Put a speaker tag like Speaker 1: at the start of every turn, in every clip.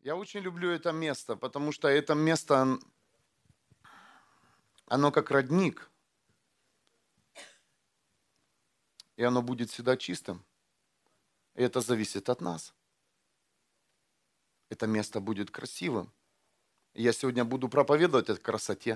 Speaker 1: Я очень люблю это место, потому что это место, оно как родник, и оно будет всегда чистым. И это зависит от нас. Это место будет красивым. И я сегодня буду проповедовать о красоте.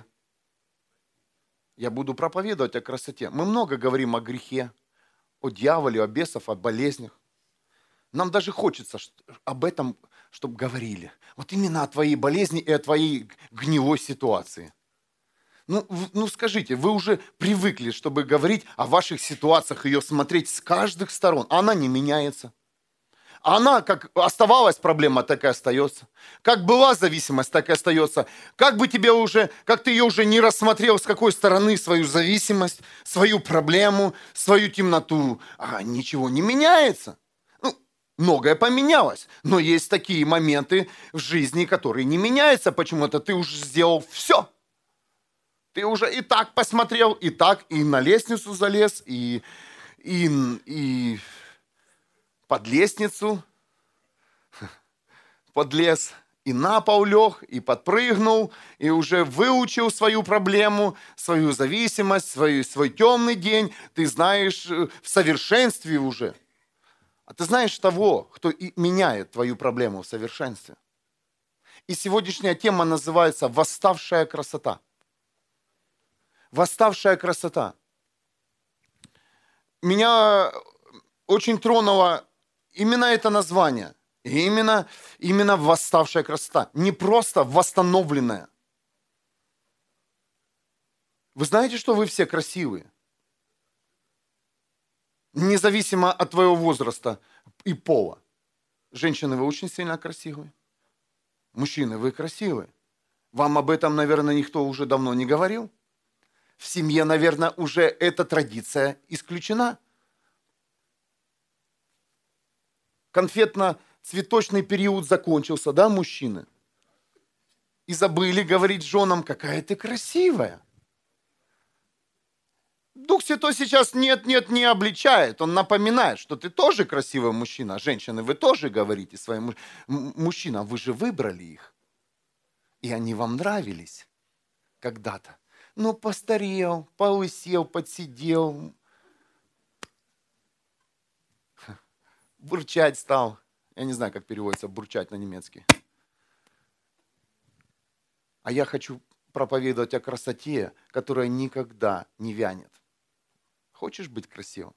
Speaker 1: Я буду проповедовать о красоте. Мы много говорим о грехе, о дьяволе, о бесах, о болезнях. Нам даже хочется об этом, чтобы говорили. Вот именно о твоей болезни и о твоей гнилой ситуации. Ну скажите, вы уже привыкли, чтобы говорить о ваших ситуациях, ее смотреть с каждых сторон. Она не меняется. Она как оставалась проблема, так и остается. Как была зависимость, так и остается. Как бы тебе уже, как ты ее уже не рассмотрел, с какой стороны свою зависимость, свою проблему, свою темноту, ничего не меняется. Многое поменялось, но есть такие моменты в жизни, которые не меняются почему-то. Ты уже сделал все. Ты уже и так посмотрел, и так, и на лестницу залез, и под лестницу подлез, и на пол лег, и подпрыгнул, и уже выучил свою проблему, свою зависимость, свой темный день. Ты знаешь в совершенстве уже. А ты знаешь того, кто и меняет твою проблему в совершенстве. И сегодняшняя тема называется «Восставшая красота». Восставшая красота. Меня очень тронуло именно это название. И именно восставшая красота. Не просто восстановленная. Вы знаете, что вы все красивые? Независимо от твоего возраста и пола. Женщины, вы очень сильно красивые. Мужчины, вы красивые. Вам об этом, наверное, никто уже давно не говорил. В семье, наверное, уже эта традиция исключена. Конфетно-цветочный период закончился, да, мужчины? И забыли говорить женам, какая ты красивая. Дух Святой сейчас нет, не обличает. Он напоминает, что ты тоже красивый мужчина. Женщины, вы тоже говорите своим мужчинам, вы же выбрали их. И они вам нравились когда-то. Ну, постарел, полысел, подсидел, бурчать стал. Я не знаю, как переводится бурчать на немецкий. А я хочу проповедовать о красоте, которая никогда не вянет. Хочешь быть красивым?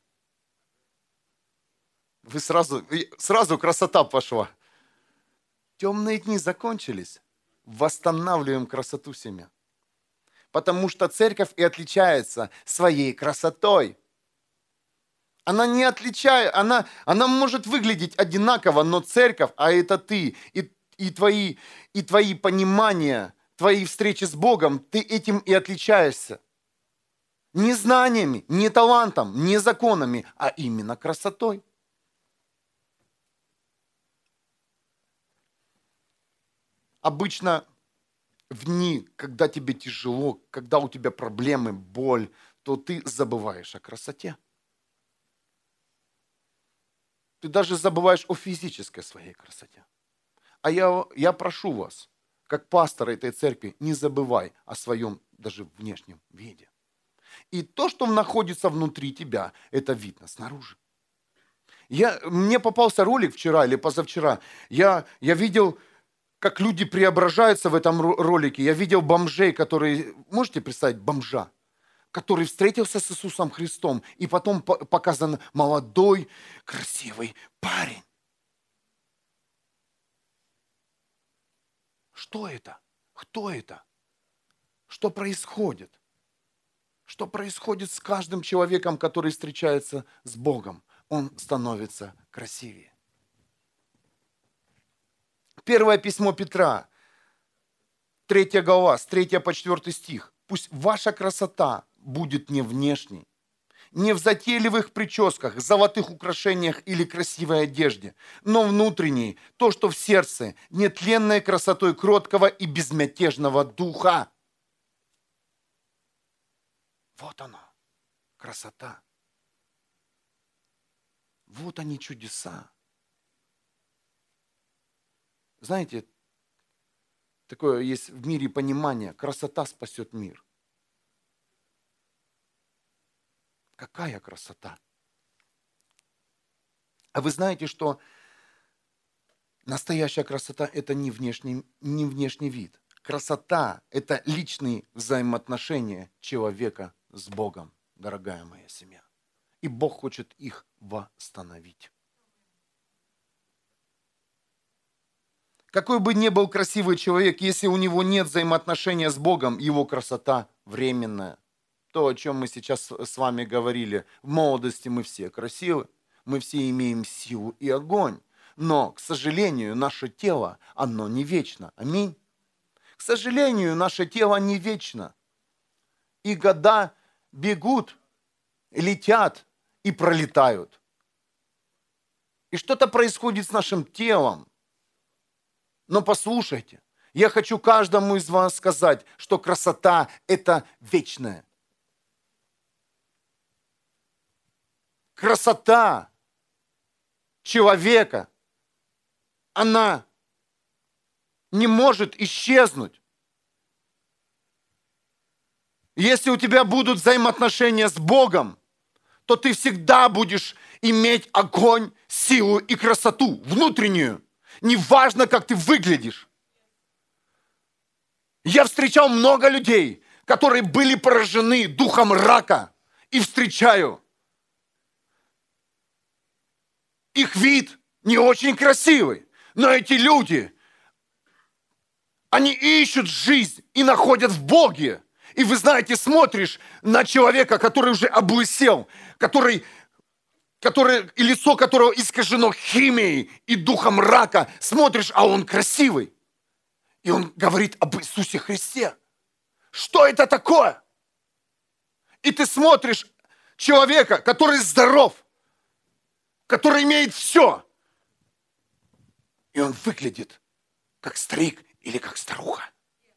Speaker 1: Вы сразу красота пошла. Темные дни закончились. Восстанавливаем красоту семьи. Потому что церковь и отличается своей красотой. Она не отличает, она может выглядеть одинаково, но церковь, а это ты, и твои понимания, твои встречи с Богом, ты этим и отличаешься. Не знаниями, не талантом, не законами, а именно красотой. Обычно в дни, когда тебе тяжело, когда у тебя проблемы, боль, то ты забываешь о красоте. Ты даже забываешь о физической своей красоте. А я прошу вас, как пастор этой церкви, не забывай о своем даже внешнем виде. И то, что находится внутри тебя, это видно снаружи. Мне попался ролик вчера или позавчера. Я видел, как люди преображаются в этом ролике. Я видел бомжей, которые... Можете представить бомжа? Который встретился с Иисусом Христом. И потом показан молодой, красивый парень. Что это? Кто это? Что происходит? Что происходит с каждым человеком, который встречается с Богом? Он становится красивее. Первое письмо Петра, 3 глава, с 3 по 4 стих. Пусть ваша красота будет не внешней, не в затейливых прическах, золотых украшениях или красивой одежде, но внутренней, то, что в сердце, нетленной красотой кроткого и безмятежного духа. Вот она, красота. Вот они чудеса. Знаете, Такое есть в мире понимание. Красота спасет мир. Какая красота? А вы знаете, что настоящая красота – это не внешний вид. Красота – это личные взаимоотношения человека с Богом, дорогая моя семья. И Бог хочет их восстановить. Какой бы ни был красивый человек, если у него нет взаимоотношения с Богом, его красота временная. То, о чем мы сейчас с вами говорили. В молодости мы все красивы, мы все имеем силу и огонь. Но, к сожалению, наше тело, оно не вечно. Аминь. К сожалению, наше тело не вечно. И года бегут, летят и пролетают. И что-то происходит с нашим телом. Но послушайте, я хочу каждому из вас сказать, что красота – это вечное. Красота человека, она не может исчезнуть. Если у тебя будут взаимоотношения с Богом, то ты всегда будешь иметь огонь, силу и красоту внутреннюю. Неважно, как ты выглядишь. Я встречал много людей, которые были поражены духом рака. И встречаю. Их вид не очень красивый. Но эти люди, они ищут жизнь и находят в Боге. И вы знаете, смотришь на человека, который уже облысел, и лицо которого искажено химией и духом рака, смотришь, а он красивый. И он говорит об Иисусе Христе. Что это такое? И ты смотришь человека, который здоров, который имеет все. И он выглядит как старик или как старуха.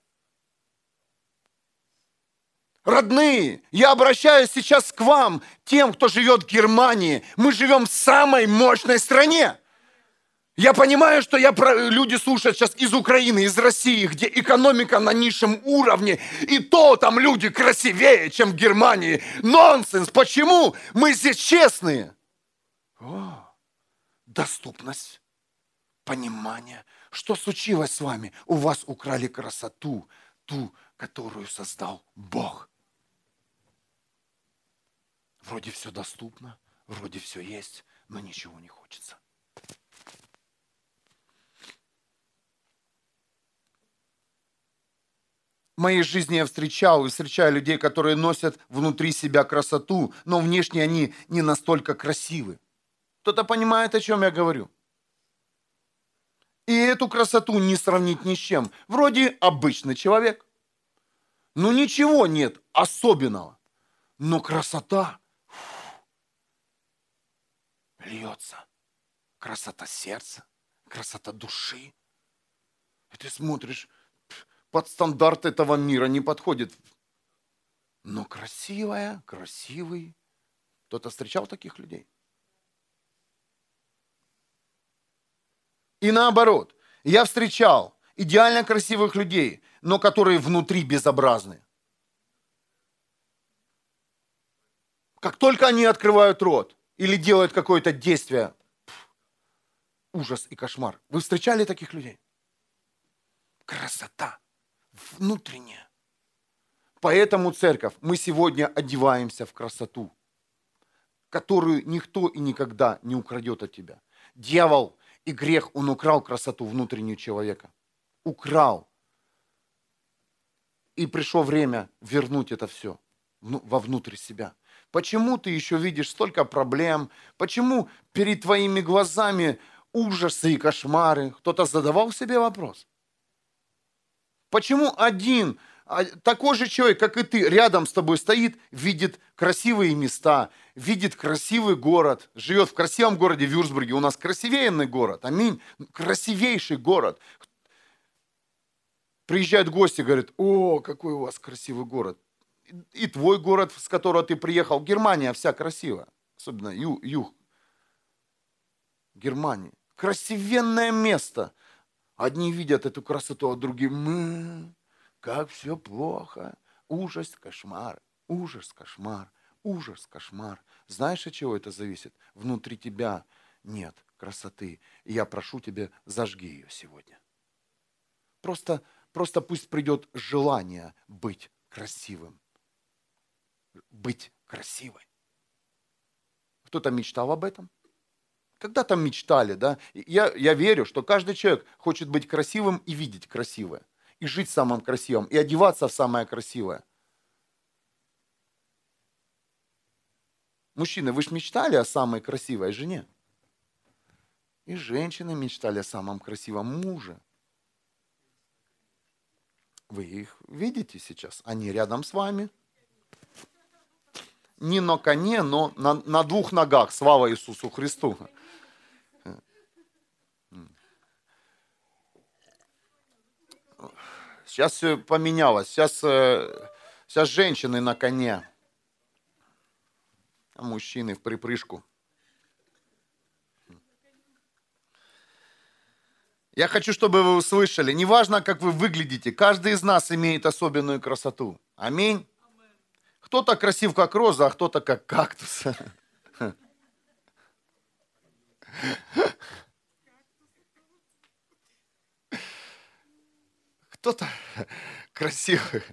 Speaker 1: Родные, я обращаюсь сейчас к вам, тем, кто живет в Германии. Мы живем в самой мощной стране. Я понимаю, что люди слушают сейчас из Украины, из России, где экономика на низшем уровне, и то там люди красивее, чем в Германии. Нонсенс! Почему? Мы здесь честные. Доступность, понимание. Что случилось с вами? У вас украли красоту, ту, которую создал Бог. Вроде все доступно, вроде все есть, но ничего не хочется. В моей жизни я встречаю людей, которые носят внутри себя красоту, но внешне они не настолько красивы. Кто-то понимает, о чем я говорю? И эту красоту не сравнить ни с чем. Вроде обычный человек. Ну ничего нет особенного. Но красота льется. Красота сердца, красота души. И ты смотришь, под стандарт этого мира не подходит. Но красивая, красивый. Кто-то встречал таких людей? И наоборот, я встречал идеально красивых людей, но которые внутри безобразны. Как только они открывают рот или делают какое-то действие, ужас и кошмар. Вы встречали таких людей? Красота внутренняя. Поэтому, церковь, мы сегодня одеваемся в красоту, которую никто и никогда не украдет от тебя. Дьявол и грех, он украл красоту внутреннюю человека. Украл. И пришло время вернуть это все вовнутрь себя. Почему ты еще видишь столько проблем? Почему перед твоими глазами ужасы и кошмары? Кто-то задавал себе вопрос? Почему один такой же человек, как и ты, рядом с тобой стоит, видит красивые места, видит красивый город, живет в красивом городе Вюрцбурге, у нас красивейный город, аминь, красивейший город. Приезжают гости, говорят, о, какой у вас красивый город. И твой город, с которого ты приехал, Германия вся красивая, особенно юг Германии. Красивенное место. Одни видят эту красоту, а другие, как все плохо. Ужас, кошмар, ужас, кошмар, ужас, кошмар. Знаешь, от чего это зависит? Внутри тебя нет красоты. И я прошу тебя, зажги ее сегодня. Просто пусть придет желание быть красивым. Быть красивой. Кто-то мечтал об этом? Когда-то мечтали, да? Я верю, что каждый человек хочет быть красивым и видеть красивое. И жить самым красивым, и одеваться в самое красивое. Мужчины, вы же мечтали о самой красивой жене? И женщины мечтали о самом красивом муже. Вы их видите сейчас? Они рядом с вами. Не на коне, но на двух ногах. Слава Иисусу Христу. Сейчас все поменялось. Сейчас женщины на коне, а мужчины в припрыжку. Я хочу, чтобы вы услышали, неважно, как вы выглядите, каждый из нас имеет особенную красоту. Аминь. Кто-то красив, как роза, а кто-то как кактус. Кто-то красивый.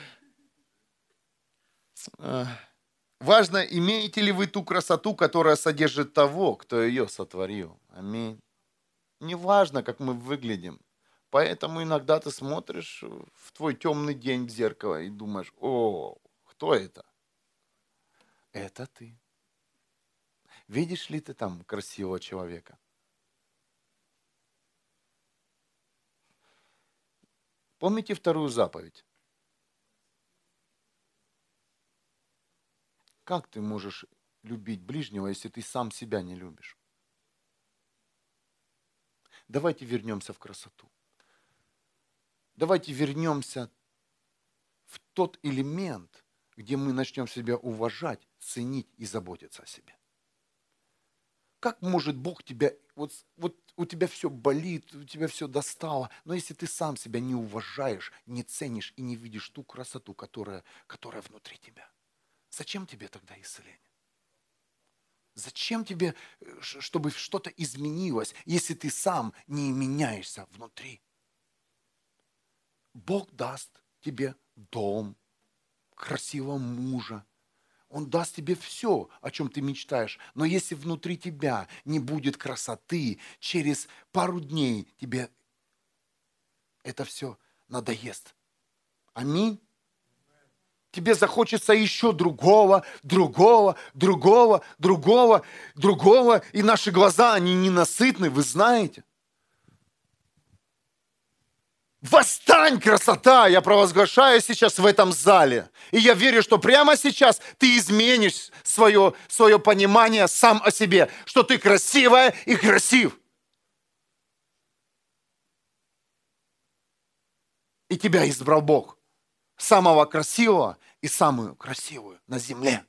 Speaker 1: Важно, имеете ли вы ту красоту, которая содержит того, кто ее сотворил. Аминь. Неважно, как мы выглядим. Поэтому иногда ты смотришь в твой темный день в зеркало и думаешь, о, кто это? Это ты. Видишь ли ты там красивого человека? Помните вторую заповедь? Как ты можешь любить ближнего, если ты сам себя не любишь? Давайте вернемся в красоту. Давайте вернемся в тот элемент, где мы начнем себя уважать, ценить и заботиться о себе. Как может Бог тебя, вот у тебя все болит, у тебя все достало, но если ты сам себя не уважаешь, не ценишь и не видишь ту красоту, которая внутри тебя, зачем тебе тогда исцеление? Зачем тебе, чтобы что-то изменилось, если ты сам не меняешься внутри? Бог даст тебе дом, красивого мужа. Он даст тебе все, о чем ты мечтаешь. Но если внутри тебя не будет красоты, через пару дней тебе это все надоест. Аминь. Тебе захочется еще другого, и наши глаза, они ненасытны, вы знаете. Восстань, красота! Я провозглашаю сейчас в этом зале. И я верю, что прямо сейчас ты изменишь свое понимание сам о себе, что ты красивая и красив. И тебя избрал Бог. Самого красивого и самую красивую на земле.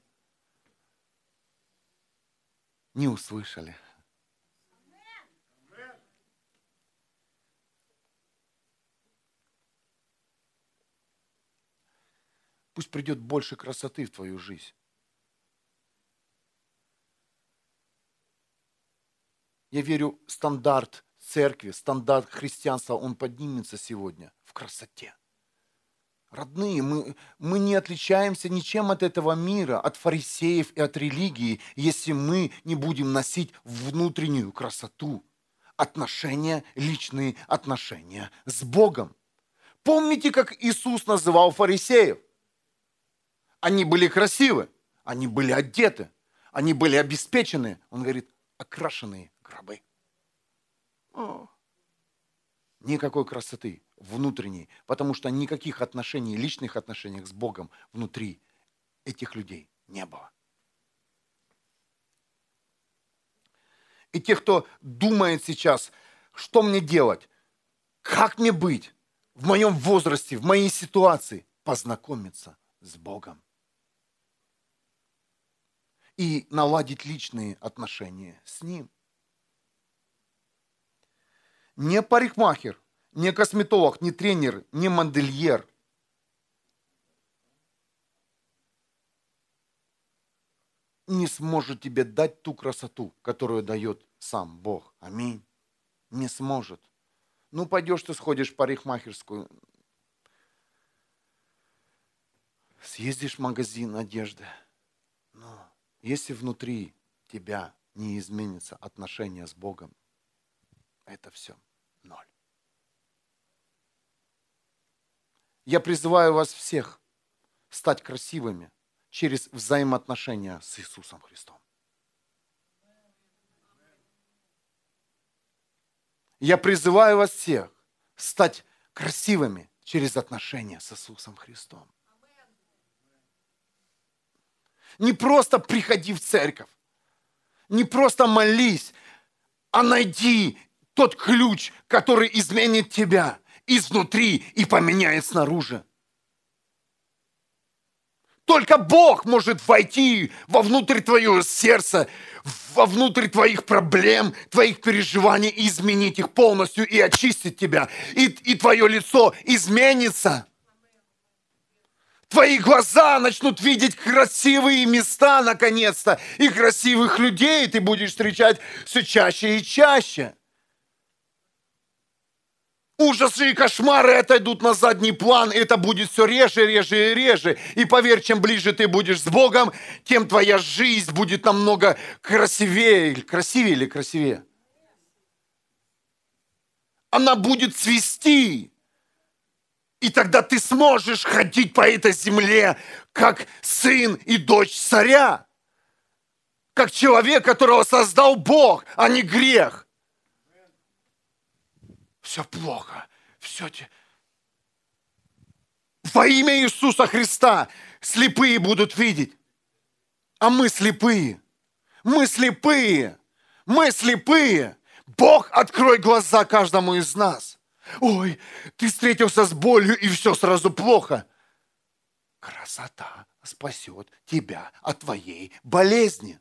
Speaker 1: Не услышали. Пусть придет больше красоты в твою жизнь. Я верю, стандарт церкви, стандарт христианства, он поднимется сегодня в красоте. Родные, мы не отличаемся ничем от этого мира, от фарисеев и от религии, если мы не будем носить внутреннюю красоту. Отношения, личные отношения с Богом. Помните, как Иисус называл фарисеев? Они были красивы, они были одеты, они были обеспечены. Он говорит, окрашенные гробы. Никакой красоты внутренней, потому что никаких отношений, личных отношений с Богом внутри этих людей не было. И те, кто думает сейчас, что мне делать, как мне быть в моем возрасте, в моей ситуации, познакомиться с Богом и наладить личные отношения с Ним. Не парикмахер, не косметолог, не тренер, не модельер. Не сможет тебе дать ту красоту, которую дает сам Бог. Аминь. Не сможет. Ну, пойдешь ты, сходишь в парикмахерскую, съездишь в магазин одежды. Но если внутри тебя не изменится отношение с Богом, это все ноль. Я призываю вас всех стать красивыми через взаимоотношения с Иисусом Христом. Я призываю вас всех стать красивыми через отношения с Иисусом Христом. Не просто приходи в церковь, не просто молись, а найди тот ключ, который изменит тебя изнутри и поменяет снаружи. Только Бог может войти вовнутрь твоего сердца, вовнутрь твоих проблем, твоих переживаний, и изменить их полностью и очистить тебя. И твое лицо изменится. Твои глаза начнут видеть красивые места наконец-то. И красивых людей ты будешь встречать все чаще и чаще. Ужасы и кошмары отойдут на задний план, и это будет все реже, реже и реже. И поверь, чем ближе ты будешь с Богом, тем твоя жизнь будет намного красивее. Красивее или красивее? Она будет цвести. И тогда ты сможешь ходить по этой земле, как сын и дочь царя. Как человек, которого создал Бог, а не грех. Все плохо. Все. Во имя Иисуса Христа слепые будут видеть. А мы слепые. Мы слепые. Мы слепые. Бог, открой глаза каждому из нас. Ой, ты встретился с болью, и все сразу плохо. Красота спасет тебя от твоей болезни.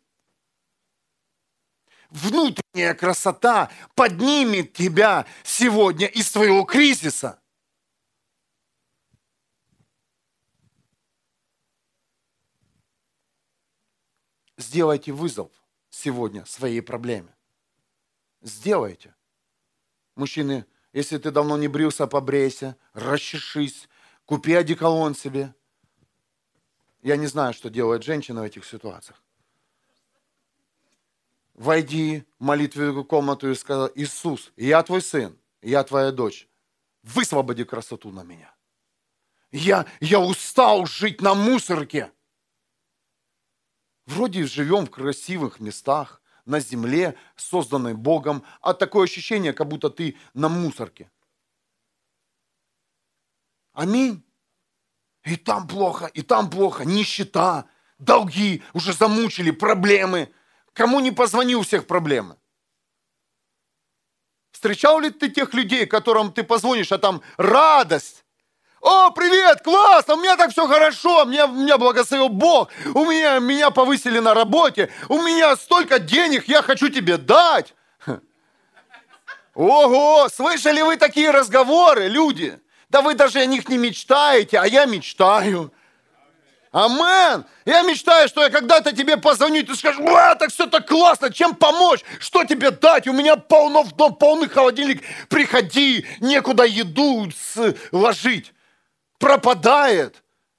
Speaker 1: Внутренняя красота поднимет тебя сегодня из твоего кризиса. Сделайте вызов сегодня своей проблеме. Сделайте. Мужчины, если ты давно не брился, побрейся, расчешись, купи одеколон себе. Я не знаю, что делает женщина в этих ситуациях. Войди в молитвенную комнату и сказал: Иисус, я твой сын, я твоя дочь. Высвободи красоту на меня. Я устал жить на мусорке. Вроде живем в красивых местах, на земле, созданной Богом, а такое ощущение, как будто ты на мусорке. Аминь. И там плохо, нищета, долги, уже замучили, проблемы. Кому не позвони, у всех проблемы. Встречал ли ты тех людей, которым ты позвонишь, а там радость? О, привет, классно, у меня так все хорошо, меня благословил Бог, меня повысили на работе, у меня столько денег, я хочу тебе дать. Ого, слышали вы такие разговоры, люди? Да вы даже о них не мечтаете, а я мечтаю. Амен. Я мечтаю, что я когда-то тебе позвоню, и ты скажешь: так все так классно, чем помочь, что тебе дать, у меня полный холодильник, приходи, некуда еду ложить, пропадает.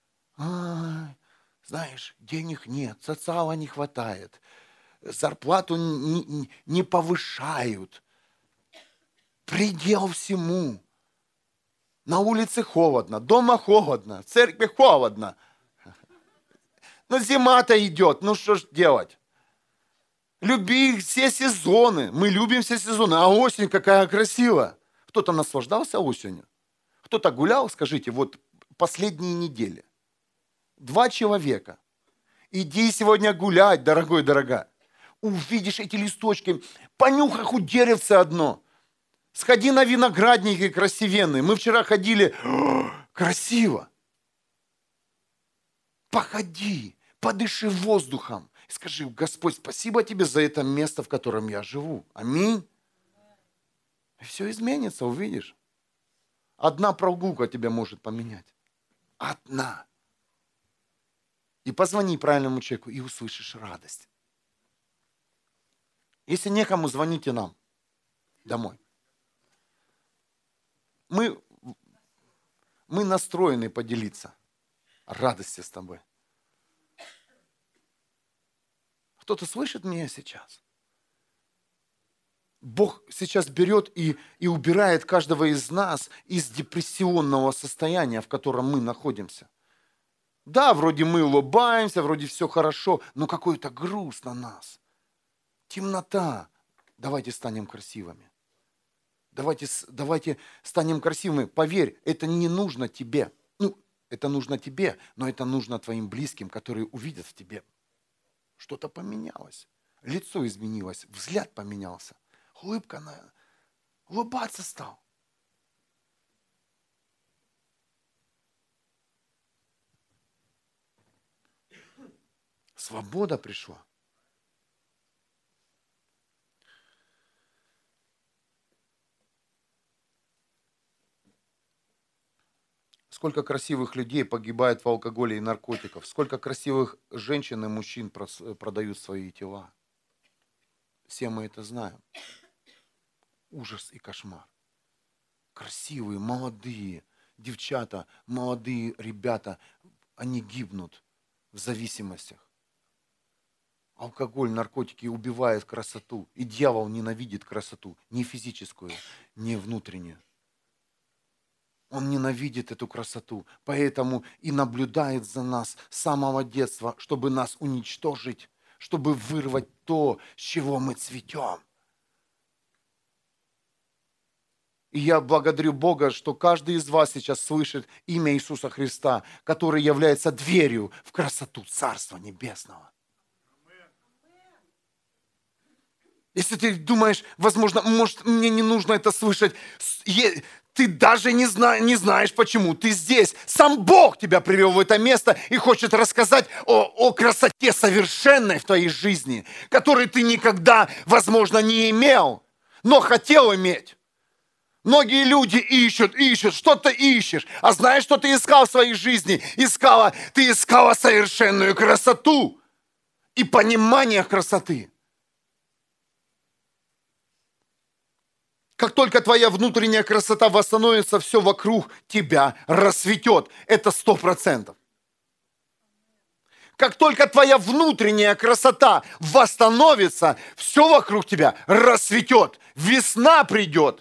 Speaker 1: Знаешь, денег нет, социала не хватает, зарплату не повышают, предел всему. На улице холодно, дома холодно, в церкви холодно. Но зима-то идет, ну что ж делать? Люби все сезоны, мы любим все сезоны, а осень какая красивая. Кто-то наслаждался осенью? Кто-то гулял, скажите, вот последние недели. 2 человека. Иди сегодня гулять, дорогой, дорогая. Увидишь эти листочки, понюхай хоть деревце одно. Сходи на виноградники красивенные. Мы вчера ходили, красиво. Походи, подыши воздухом. И скажи: Господь, спасибо тебе за это место, в котором я живу. Аминь. И все изменится, увидишь. Одна прогулка тебя может поменять. Одна. И позвони правильному человеку, и услышишь радость. Если некому, звоните нам домой. Мы настроены поделиться радостью с тобой. Кто-то слышит меня сейчас? Бог сейчас берет и убирает каждого из нас из депрессионного состояния, в котором мы находимся. Да, вроде мы улыбаемся, вроде все хорошо, но какой-то груз на нас. Темнота. Давайте станем красивыми. Давайте станем красивыми. Поверь, это не нужно тебе. Это нужно тебе, но это нужно твоим близким, которые увидят в тебе. Что-то поменялось. Лицо изменилось, взгляд поменялся. Улыбка, улыбаться стал. Свобода пришла. Сколько красивых людей погибает в алкоголе и наркотиках. Сколько красивых женщин и мужчин продают свои тела. Все мы это знаем. Ужас и кошмар. Красивые, молодые девчата, молодые ребята, они гибнут в зависимостях. Алкоголь, наркотики убивают красоту. И дьявол ненавидит красоту. Не физическую, не внутреннюю. Он ненавидит эту красоту. Поэтому и наблюдает за нас с самого детства, чтобы нас уничтожить, чтобы вырвать то, с чего мы цветем. И я благодарю Бога, что каждый из вас сейчас слышит имя Иисуса Христа, который является дверью в красоту Царства Небесного. Если ты думаешь, возможно, может, мне не нужно это слышать, ты даже не знаешь, почему ты здесь. Сам Бог тебя привел в это место и хочет рассказать о красоте совершенной в твоей жизни, которой ты никогда, возможно, не имел, но хотел иметь. Многие люди ищут, что ты ищешь. А знаешь, что ты искал в своей жизни? Ты искала совершенную красоту и понимание красоты. Как только твоя внутренняя красота восстановится, все вокруг тебя расцветет. Это 100%. Как только твоя внутренняя красота восстановится, все вокруг тебя расцветет. Весна придет.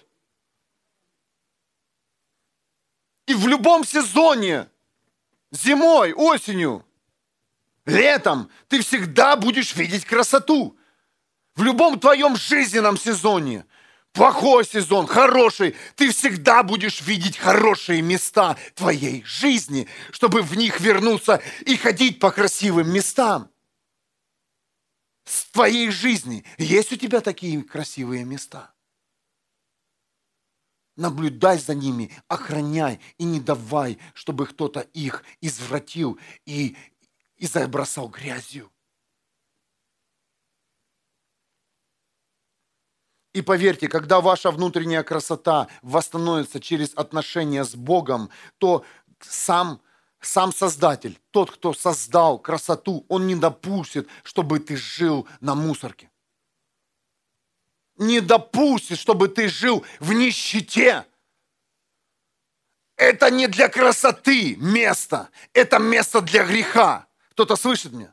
Speaker 1: И в любом сезоне, зимой, осенью, летом, ты всегда будешь видеть красоту. В любом твоем жизненном сезоне. Плохой сезон, хороший, ты всегда будешь видеть хорошие места твоей жизни, чтобы в них вернуться и ходить по красивым местам. С твоей жизни есть у тебя такие красивые места? Наблюдай за ними, охраняй и не давай, чтобы кто-то их извратил и забросал грязью. И поверьте, когда ваша внутренняя красота восстановится через отношения с Богом, то сам Создатель, тот, кто создал красоту, он не допустит, чтобы ты жил на мусорке. Не допустит, чтобы ты жил в нищете. Это не для красоты место, это место для греха. Кто-то слышит меня?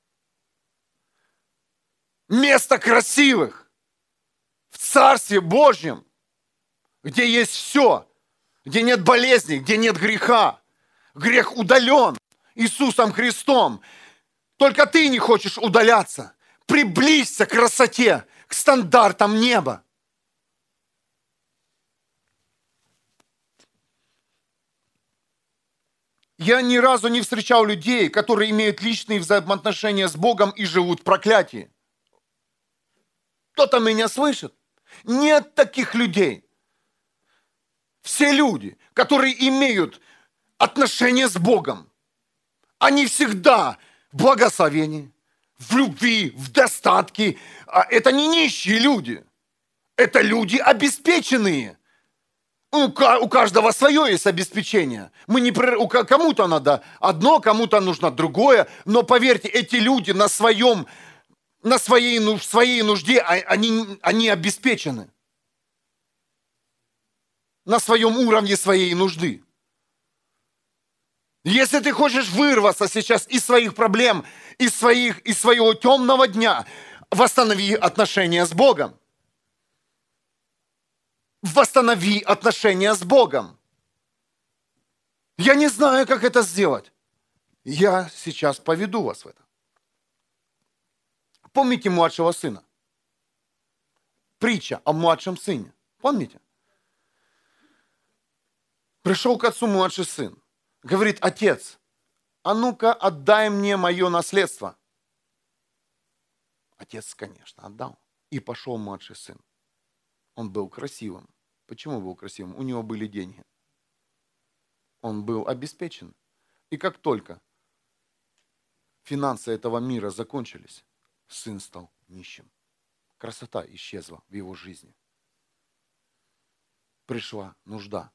Speaker 1: Место красивых. В Царстве Божьем, где есть все, где нет болезни, где нет греха. Грех удален Иисусом Христом. Только ты не хочешь удаляться. Приблизься к красоте, к стандартам неба. Я ни разу не встречал людей, которые имеют личные взаимоотношения с Богом и живут в проклятии. Кто-то меня слышит? Нет таких людей. Все люди, которые имеют отношения с Богом, они всегда в благословении, в любви, в достатке. Это не нищие люди. Это люди обеспеченные. У каждого свое есть обеспечение. Кому-то надо одно, кому-то нужно другое. Но поверьте, эти люди в своей нужде, они обеспечены. На своем уровне своей нужды. Если ты хочешь вырваться сейчас из своих проблем, из своего темного дня, восстанови отношения с Богом. Восстанови отношения с Богом. Я не знаю, как это сделать. Я сейчас поведу вас в это. Помните младшего сына? Притча о младшем сыне. Помните? Пришел к отцу младший сын. Говорит: отец, а ну-ка отдай мне мое наследство. Отец, конечно, отдал. И пошел младший сын. Он был красивым. Почему был красивым? У него были деньги. Он был обеспечен. И как только финансы этого мира закончились, сын стал нищим. Красота исчезла в его жизни. Пришла нужда.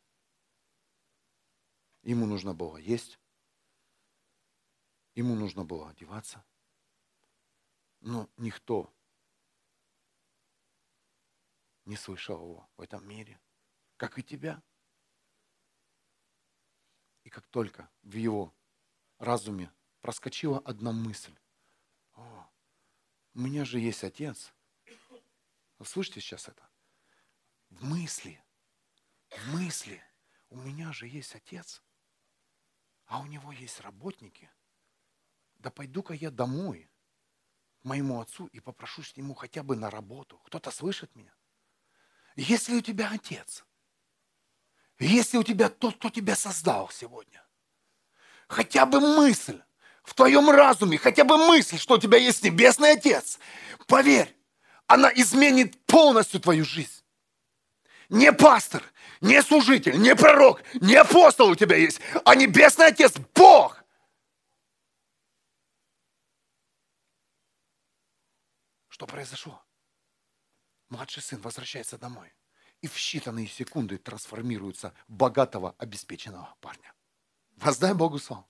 Speaker 1: Ему нужно было есть. Ему нужно было одеваться. Но никто не слышал его в этом мире, как и тебя. И как только в его разуме проскочила одна мысль: о, у меня же есть отец. Вы слышите сейчас это? В мысли, у меня же есть отец, а у него есть работники. Да пойду-ка я домой к моему отцу и попрошу с нему хотя бы на работу. Кто-то слышит меня? Если у тебя отец, если у тебя тот, кто тебя создал сегодня, хотя бы мысль в твоем разуме, хотя бы мысль, что у тебя есть небесный отец, поверь, она изменит полностью твою жизнь. Не пастор, не служитель, не пророк, не апостол у тебя есть, а небесный отец, Бог. Что произошло? Младший сын возвращается домой и в считанные секунды трансформируется в богатого, обеспеченного парня. Воздай Богу славу.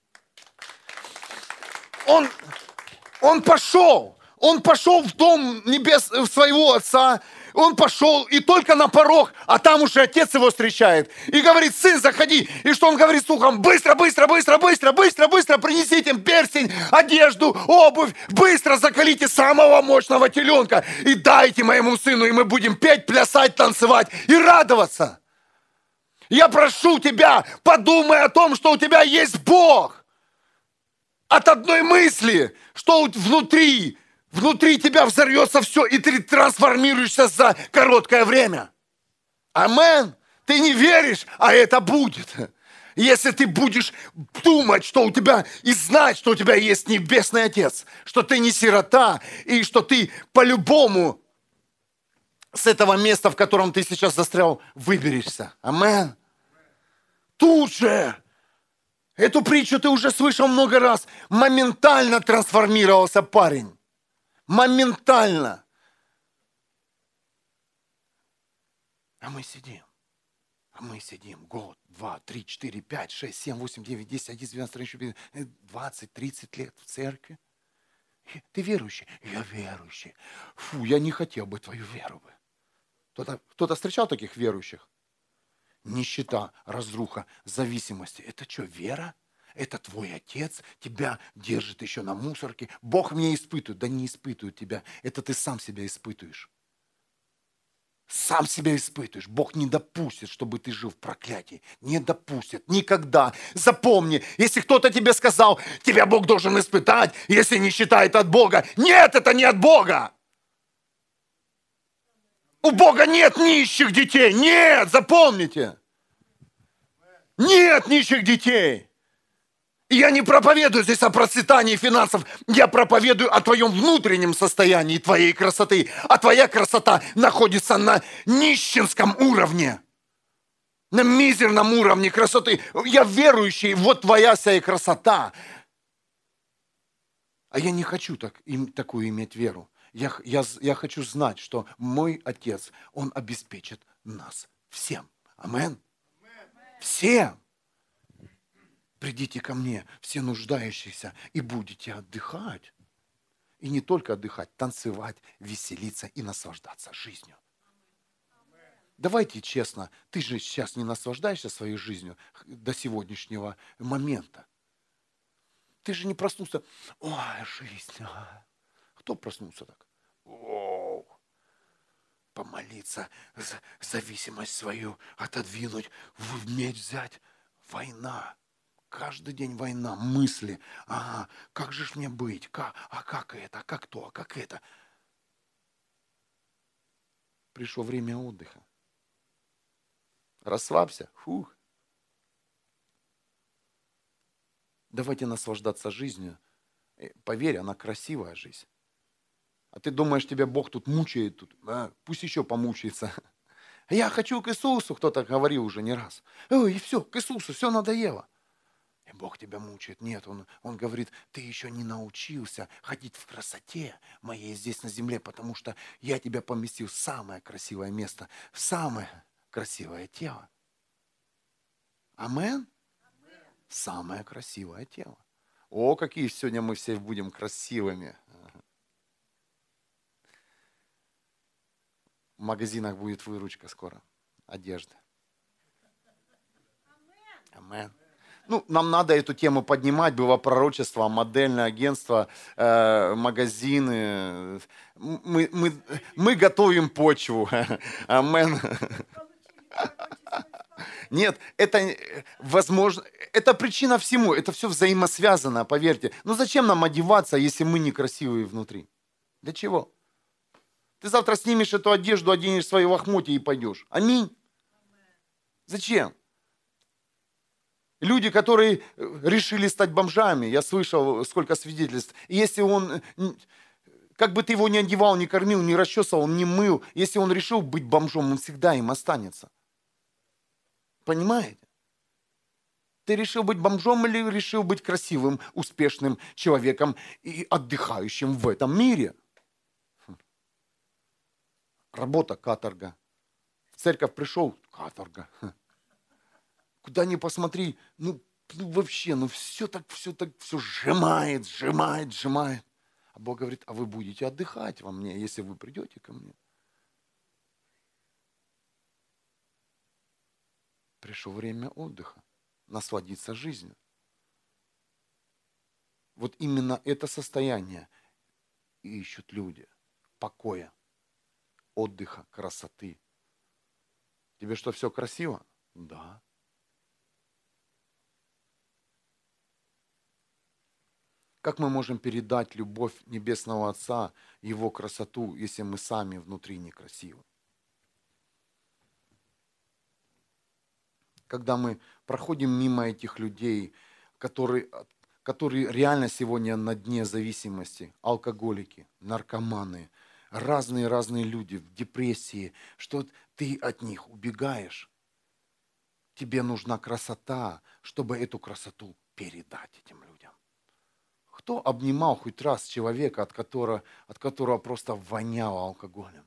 Speaker 1: Он пошел в дом небес своего отца, он пошел и только на порог, а там уже отец его встречает и говорит: сын, заходи. И что он говорит слухом? Быстро принесите им перстень, одежду, обувь, быстро закалите самого мощного теленка и дайте моему сыну, и мы будем петь, плясать, танцевать и радоваться. Я прошу тебя, подумай о том, что у тебя есть Бог. От одной мысли, что внутри тебя взорвется все, и ты трансформируешься за короткое время. Амен. Ты не веришь, а это будет. Если ты будешь думать, что у тебя, и знать, что у тебя есть небесный Отец, что ты не сирота, и что ты по-любому с этого места, в котором ты сейчас застрял, выберешься. Амен. Тут же. Эту притчу ты уже слышал много раз. Моментально трансформировался парень. Моментально. А мы сидим год, 2, 3, 4, 5, 6, 7, 8, 9, 10, 11, 12, 13, 20, 30 лет в церкви. Ты верующий? Я верующий. Фу, я не хотел бы твою веру. Кто-то встречал таких верующих? Нищета, разруха, зависимости. Это что, вера? Это твой отец тебя держит еще на мусорке. Бог меня испытывает. Да не испытывает тебя. Это ты сам себя испытываешь. Сам себя испытываешь. Бог не допустит, чтобы ты жил в проклятии. Не допустит. Никогда. Запомни, если кто-то тебе сказал, тебя Бог должен испытать, если не считает от Бога. Нет, это не от Бога. У Бога нет нищих детей. Нет, запомните. Нет нищих детей. И я не проповедую здесь о процветании финансов. Я проповедую о твоем внутреннем состоянии твоей красоты. А твоя красота находится на нищенском уровне. На мизерном уровне красоты. Я верующий, вот твоя вся красота. А я не хочу такую иметь веру. Я хочу знать, что мой Отец, Он обеспечит нас всем. Амен. Все. Придите ко мне, все нуждающиеся, и будете отдыхать. И не только отдыхать, танцевать, веселиться и наслаждаться жизнью. Давайте честно, ты же сейчас не наслаждаешься своей жизнью до сегодняшнего момента. Ты же не проснулся, ой, жизнь. Кто проснулся так? Оу. Помолиться, зависимость свою отодвинуть, меч взять. Война. Каждый день война, мысли. Как же ж мне быть? Как это? А как то? А как это? Пришло время отдыха. Расслабься. Фух. Давайте наслаждаться жизнью. Поверь, она красивая жизнь. А ты думаешь, тебя Бог тут мучает? Пусть еще помучается. Я хочу к Иисусу, кто-то говорил уже не раз. И все, к Иисусу, все надоело. И Бог тебя мучает. Нет, он говорит, ты еще не научился ходить в красоте моей здесь на земле, потому что я тебя поместил в самое красивое место, в самое красивое тело. Амен? Самое красивое тело. О, какие сегодня мы все будем красивыми. В магазинах будет выручка скоро. Одежда. Амен. Нам надо эту тему поднимать. Было пророчество, модельное агентство, магазины. Мы готовим почву. Амен. Нет, это возможно, это причина всему, это все взаимосвязано, поверьте. Зачем нам одеваться, если мы некрасивые внутри? Для чего? Ты завтра снимешь эту одежду, оденешь свои лохмотья и пойдешь. Аминь. Зачем? Люди, которые решили стать бомжами, я слышал сколько свидетельств. И если он, как бы ты его ни одевал, ни кормил, ни расчесывал, ни мыл, если он решил быть бомжом, он всегда им останется. Понимаете? Ты решил быть бомжом или решил быть красивым, успешным человеком и отдыхающим в этом мире? Работа, каторга. В церковь пришел, каторга. Куда ни посмотри, вообще, все так сжимает. А Бог говорит, а вы будете отдыхать во мне, если вы придете ко мне. Пришло время отдыха, насладиться жизнью. Вот именно это состояние ищут люди. Покоя, отдыха, красоты. Тебе что, все красиво? Да. Как мы можем передать любовь Небесного Отца, Его красоту, если мы сами внутри некрасивы? Когда мы проходим мимо этих людей, которые реально сегодня на дне зависимости, алкоголики, наркоманы, разные люди в депрессии, что ты от них убегаешь. Тебе нужна красота, чтобы эту красоту передать этим людям. Кто обнимал хоть раз человека, от которого просто воняло алкоголем?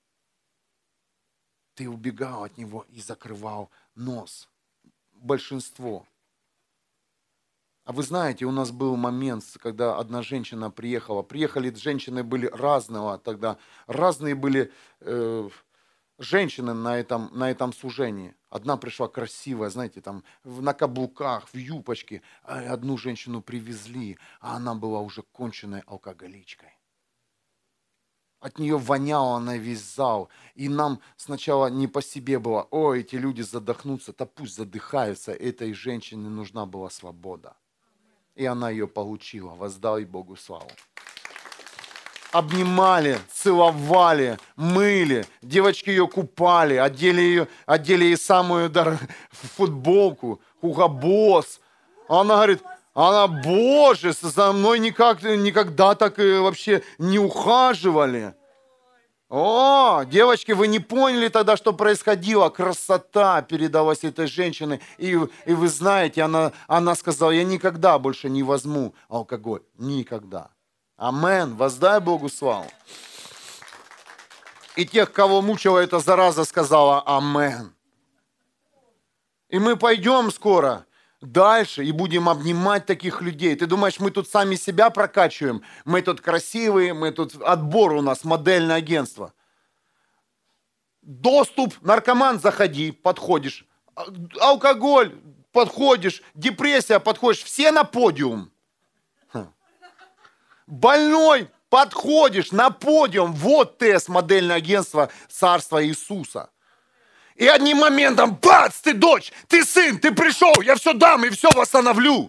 Speaker 1: Ты убегал от него и закрывал нос. Большинство. А вы знаете, у нас был момент, когда одна женщина приехала. Приехали женщины были разного тогда. Разные были женщины на этом служении. Одна пришла красивая, знаете, там на каблуках, в юбочке. А одну женщину привезли, а она была уже конченной алкоголичкой. От нее воняло на весь зал. И нам сначала не по себе было. О, эти люди задохнутся. Да пусть задыхаются. Этой женщине нужна была свобода. И она ее получила. Воздай Богу славу. Обнимали, целовали, мыли. Девочки ее купали. Одели ей самую футболку. Hugo Boss. Она говорит... Боже, за мной никогда так вообще не ухаживали. О, девочки, вы не поняли тогда, что происходило. Красота передалась этой женщине. И вы знаете, она сказала, я никогда больше не возьму алкоголь. Никогда. Амен. Воздай Богу славу. И тех, кого мучила эта зараза, сказала амен. И мы пойдем скоро дальше и будем обнимать таких людей. Ты думаешь, мы тут сами себя прокачиваем? Мы тут красивые, мы тут отбор у нас, модельное агентство. Доступ, наркоман, заходи, подходишь. Алкоголь, подходишь. Депрессия, подходишь. Все на подиум. Больной, подходишь на подиум. Вот тест, модельное агентство Царства Иисуса. И одним моментом, бац, ты дочь, ты сын, ты пришел, я все дам и все восстановлю.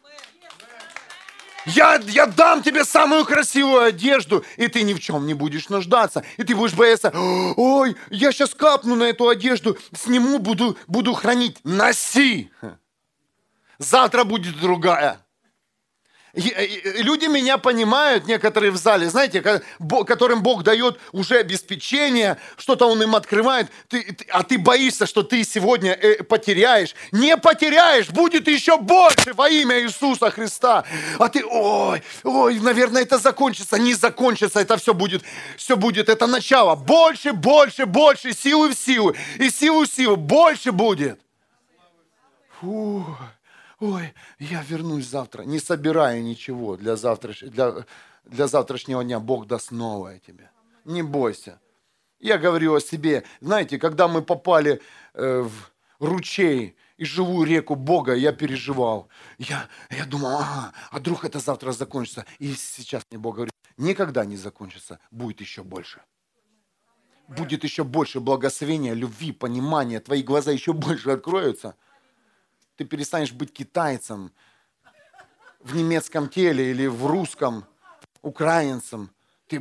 Speaker 1: Я дам тебе самую красивую одежду, и ты ни в чем не будешь нуждаться. И ты будешь бояться, ой, я сейчас капну на эту одежду, сниму, буду хранить. Носи. Завтра будет другая. Люди меня понимают, некоторые в зале, знаете, которым Бог дает уже обеспечение, что-то Он им открывает, а ты боишься, что ты сегодня потеряешь. Не потеряешь, будет еще больше во имя Иисуса Христа. А ты, ой, наверное, это закончится. Не закончится, это все будет, это начало. Больше, больше, больше, силы в силу, и силу в силу, больше будет. Фу. Ой, я вернусь завтра. Не собираю ничего для завтрашнего дня. Бог даст новое тебе. Не бойся. Я говорю о себе. Знаете, когда мы попали в ручей и живую реку Бога, я переживал. Я думал, а вдруг это завтра закончится. И сейчас мне Бог говорит, никогда не закончится. Будет еще больше. Будет еще больше благословения, любви, понимания. Твои глаза еще больше откроются. Ты перестанешь быть китайцем в немецком теле или в русском, украинцем. Ты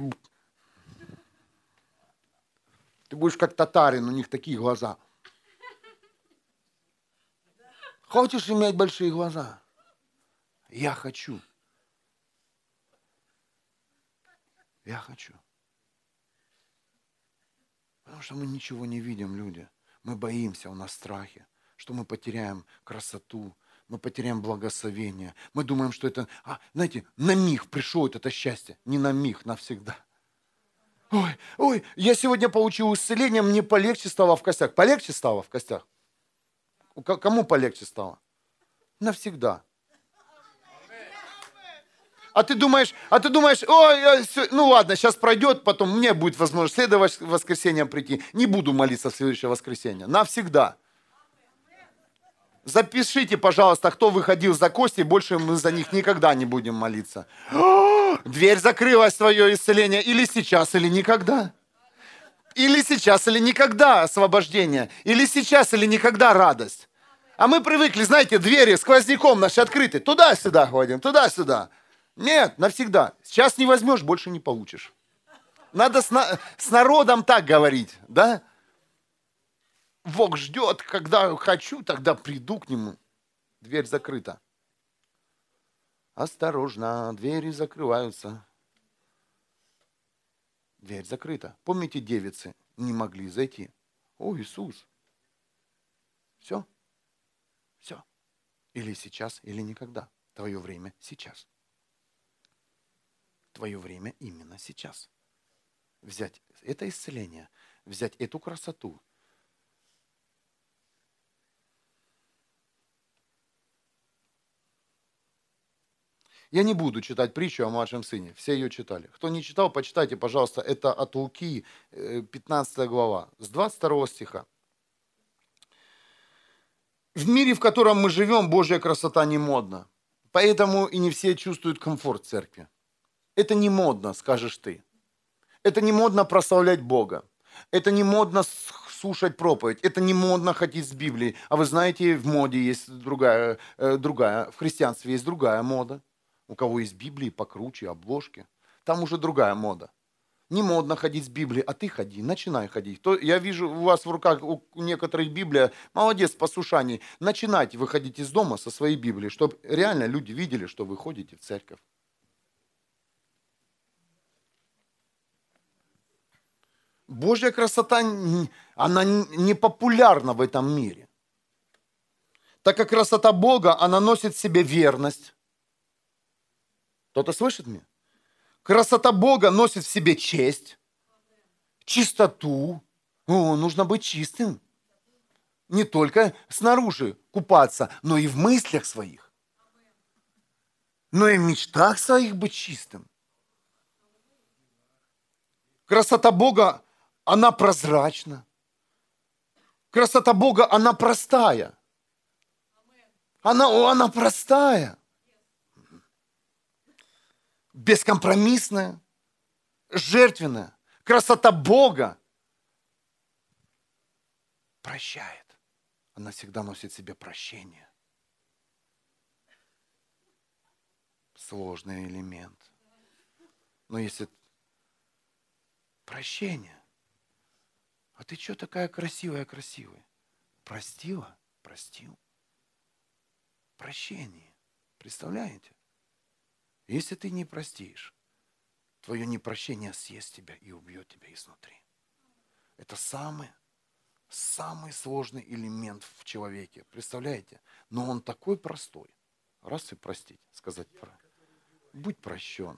Speaker 1: будешь как татарин, у них такие глаза. Хочешь иметь большие глаза? Я хочу. Я хочу. Потому что мы ничего не видим, люди. Мы боимся, у нас страхи. Что мы потеряем красоту, мы потеряем благословение. Мы думаем, что это, знаете, на миг пришло это счастье. Не на миг, навсегда. Ой, я сегодня получил исцеление, мне полегче стало в костях. Полегче стало в костях? Кому полегче стало? Навсегда. А ты думаешь, ой, ну ладно, сейчас пройдет, потом мне будет возможность в следующее воскресенье прийти. Не буду молиться в следующее воскресенье. Навсегда. Запишите, пожалуйста, кто выходил за кости, больше мы за них никогда не будем молиться. Дверь закрылась, твое исцеление, или сейчас, или никогда. Или сейчас, или никогда освобождение. Или сейчас, или никогда радость. А мы привыкли, знаете, двери сквозняком наши открыты. Туда-сюда ходим, туда-сюда. Нет, навсегда. Сейчас не возьмешь, больше не получишь. Надо с народом так говорить, да? Бог ждет, когда хочу, тогда приду к Нему. Дверь закрыта. Осторожно, двери закрываются. Дверь закрыта. Помните, девицы не могли зайти. О, Иисус. Все. Все. Или сейчас, или никогда. Твое время сейчас. Твое время именно сейчас. Взять это исцеление, взять эту красоту. Я не буду читать притчу о младшем сыне. Все ее читали. Кто не читал, почитайте, пожалуйста. Это от Луки, 15 глава, с 22 стиха. В мире, в котором мы живем, Божья красота не модна. Поэтому и не все чувствуют комфорт в церкви. Это не модно, скажешь ты. Это не модно прославлять Бога. Это не модно слушать проповедь. Это не модно ходить с Библией. А вы знаете, в моде есть другая, в христианстве есть другая мода. У кого есть Библии покруче, обложки. Там уже другая мода. Не модно ходить с Библией, а ты ходи, начинай ходить. Я вижу у вас в руках, у некоторых Библия, молодец, послушание. Начинайте выходить из дома со своей Библией, чтобы реально люди видели, что вы ходите в церковь. Божья красота, она не популярна в этом мире. Так как красота Бога, она носит в себе верность. Кто-то слышит меня? Красота Бога носит в себе честь, чистоту. Нужно быть чистым. Не только снаружи купаться, но и в мыслях своих. Но и в мечтах своих быть чистым. Красота Бога, она прозрачна. Красота Бога, она простая. Она простая. Бескомпромиссная, жертвенная. Красота Бога прощает. Она всегда носит в себе прощение. Сложный элемент. Но если прощение, а ты что такая красивая? Простила? Простил. Прощение. Представляете? Если ты не простишь, твое непрощение съест тебя и убьет тебя изнутри. Это самый сложный элемент в человеке. Представляете? Но он такой простой. Раз и простить, сказать будь прощен.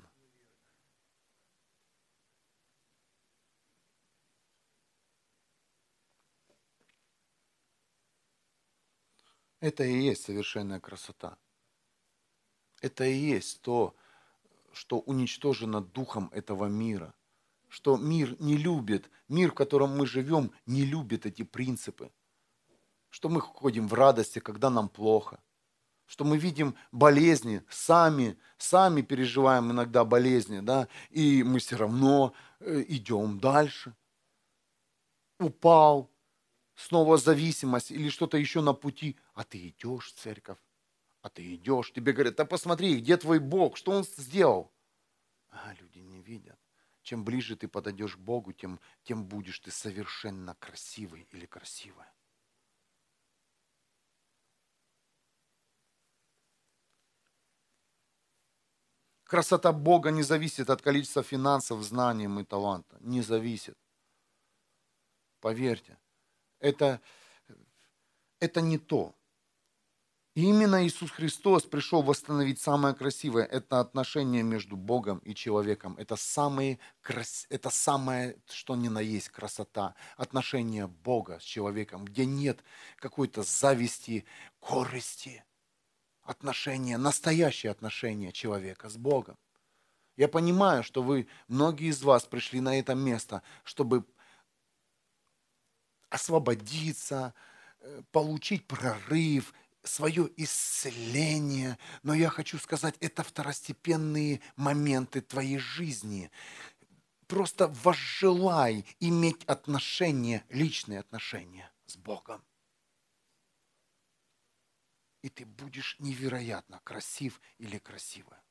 Speaker 1: Это и есть совершенная красота. Это и есть то, что уничтожено духом этого мира. Что мир не любит, мир, в котором мы живем, не любит эти принципы. Что мы ходим в радости, когда нам плохо. Что мы видим болезни, сами переживаем иногда болезни, да, и мы все равно идем дальше. Упал, снова зависимость или что-то еще на пути, а ты идешь в церковь, а ты идешь, тебе говорят, да посмотри, где твой Бог, что Он сделал? А люди не видят. Чем ближе ты подойдешь к Богу, тем будешь ты совершенно красивый или красивая. Красота Бога не зависит от количества финансов, знаний и таланта. Не зависит. Поверьте, это не то. И именно Иисус Христос пришел восстановить самое красивое. Это отношение между Богом и человеком. Это самое, что ни на есть красота. Отношение Бога с человеком, где нет какой-то зависти, корысти. Отношения, настоящие отношения человека с Богом. Я понимаю, что многие из вас пришли на это место, чтобы освободиться, получить прорыв, свое исцеление. Но я хочу сказать, это второстепенные моменты твоей жизни. Просто возжелай иметь отношения, личные отношения с Богом. И ты будешь невероятно красив или красивая.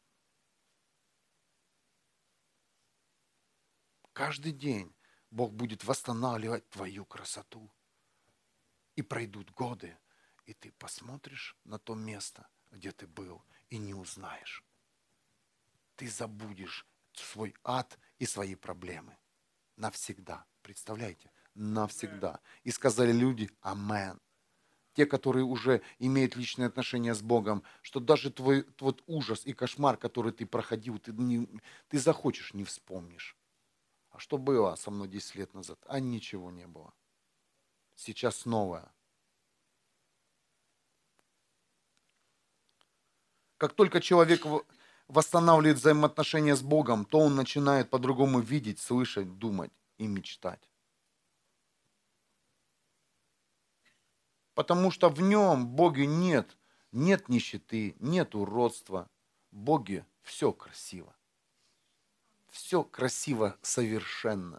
Speaker 1: Каждый день Бог будет восстанавливать твою красоту. И пройдут годы, и ты посмотришь на то место, где ты был, и не узнаешь. Ты забудешь свой ад и свои проблемы. Навсегда. Представляете? Навсегда. И сказали люди «Амен». Те, которые уже имеют личные отношения с Богом, что даже твой ужас и кошмар, который ты проходил, ты захочешь, не вспомнишь. А что было со мной 10 лет назад? А ничего не было. Сейчас новое. Как только человек восстанавливает взаимоотношения с Богом, то он начинает по-другому видеть, слышать, думать и мечтать. Потому что в нем, Боге, нет нищеты, нет уродства. В Боге все красиво. Все красиво совершенно.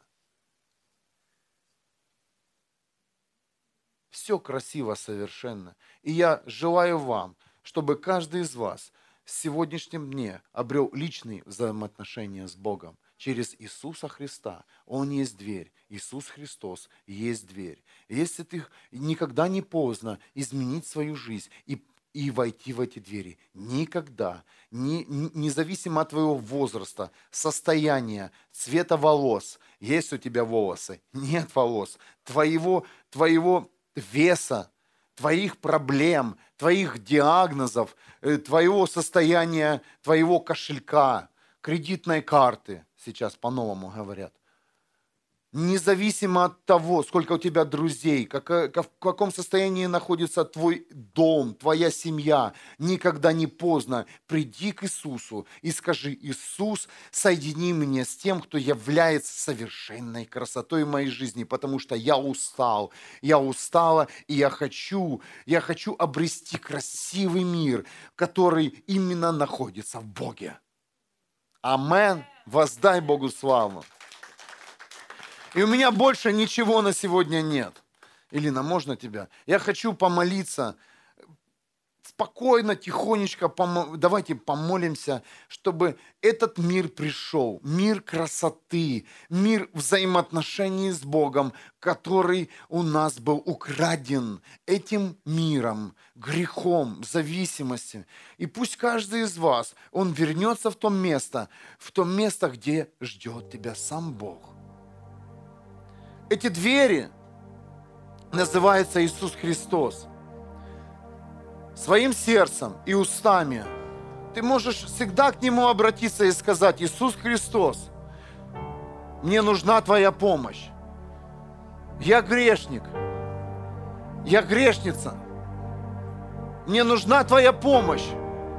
Speaker 1: Все красиво совершенно. И я желаю вам, чтобы каждый из вас в сегодняшнем дне обрел личные взаимоотношения с Богом. Через Иисуса Христа. Он есть дверь. Иисус Христос есть дверь. Если ты никогда не поздно изменить свою жизнь и войти в эти двери. Никогда. Независимо от твоего возраста, состояния, цвета волос. Есть у тебя волосы? Нет волос. Твоего веса, твоих проблем, твоих диагнозов, твоего состояния, твоего кошелька, кредитной карты. Сейчас по-новому говорят. Независимо от того, сколько у тебя друзей, в каком состоянии находится твой дом, твоя семья, никогда не поздно. Приди к Иисусу и скажи: Иисус, соедини меня с тем, кто является совершенной красотой в моей жизни, потому что я устал, я устала, и я хочу обрести красивый мир, который именно находится в Боге. Амен. Воздай Богу славу. И у меня больше ничего на сегодня нет. Илина, можно тебя? Я хочу помолиться. Спокойно, тихонечко, давайте помолимся, чтобы этот мир пришел. Мир красоты, мир взаимоотношений с Богом, который у нас был украден этим миром, грехом, зависимостью. И пусть каждый из вас, он вернется в то место, где ждет тебя сам Бог. Эти двери называются Иисус Христос. Своим сердцем и устами ты можешь всегда к Нему обратиться и сказать: Иисус Христос, мне нужна Твоя помощь. Я грешник, я грешница. Мне нужна Твоя помощь.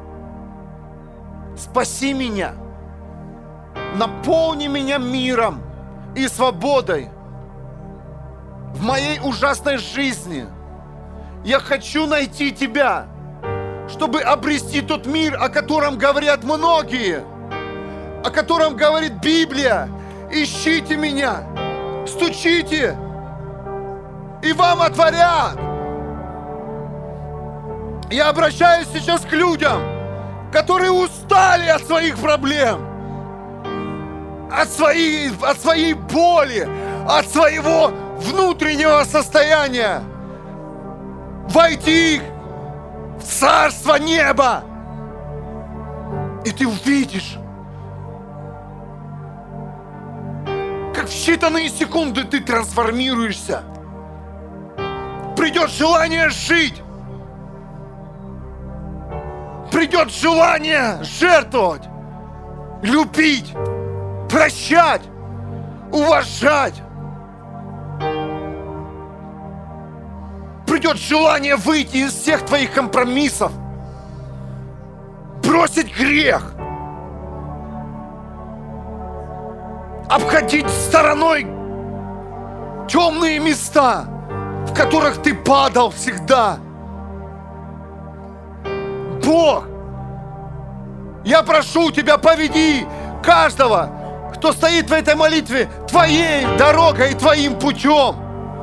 Speaker 1: Спаси меня, наполни меня миром и свободой в моей ужасной жизни. Я хочу найти Тебя, чтобы обрести тот мир, о котором говорят многие, о котором говорит Библия. Ищите меня, стучите, и вам отворят. Я обращаюсь сейчас к людям, которые устали от своих проблем, от своей боли, от своего внутреннего состояния. Войди в Царство Неба, и ты увидишь, как в считанные секунды ты трансформируешься. Придет желание жить, придет желание жертвовать, любить, прощать, уважать. Придет желание выйти из всех твоих компромиссов, бросить грех, обходить стороной темные места, в которых ты падал всегда. Бог, я прошу Тебя, поведи каждого, кто стоит в этой молитве, Твоей дорогой и Твоим путем.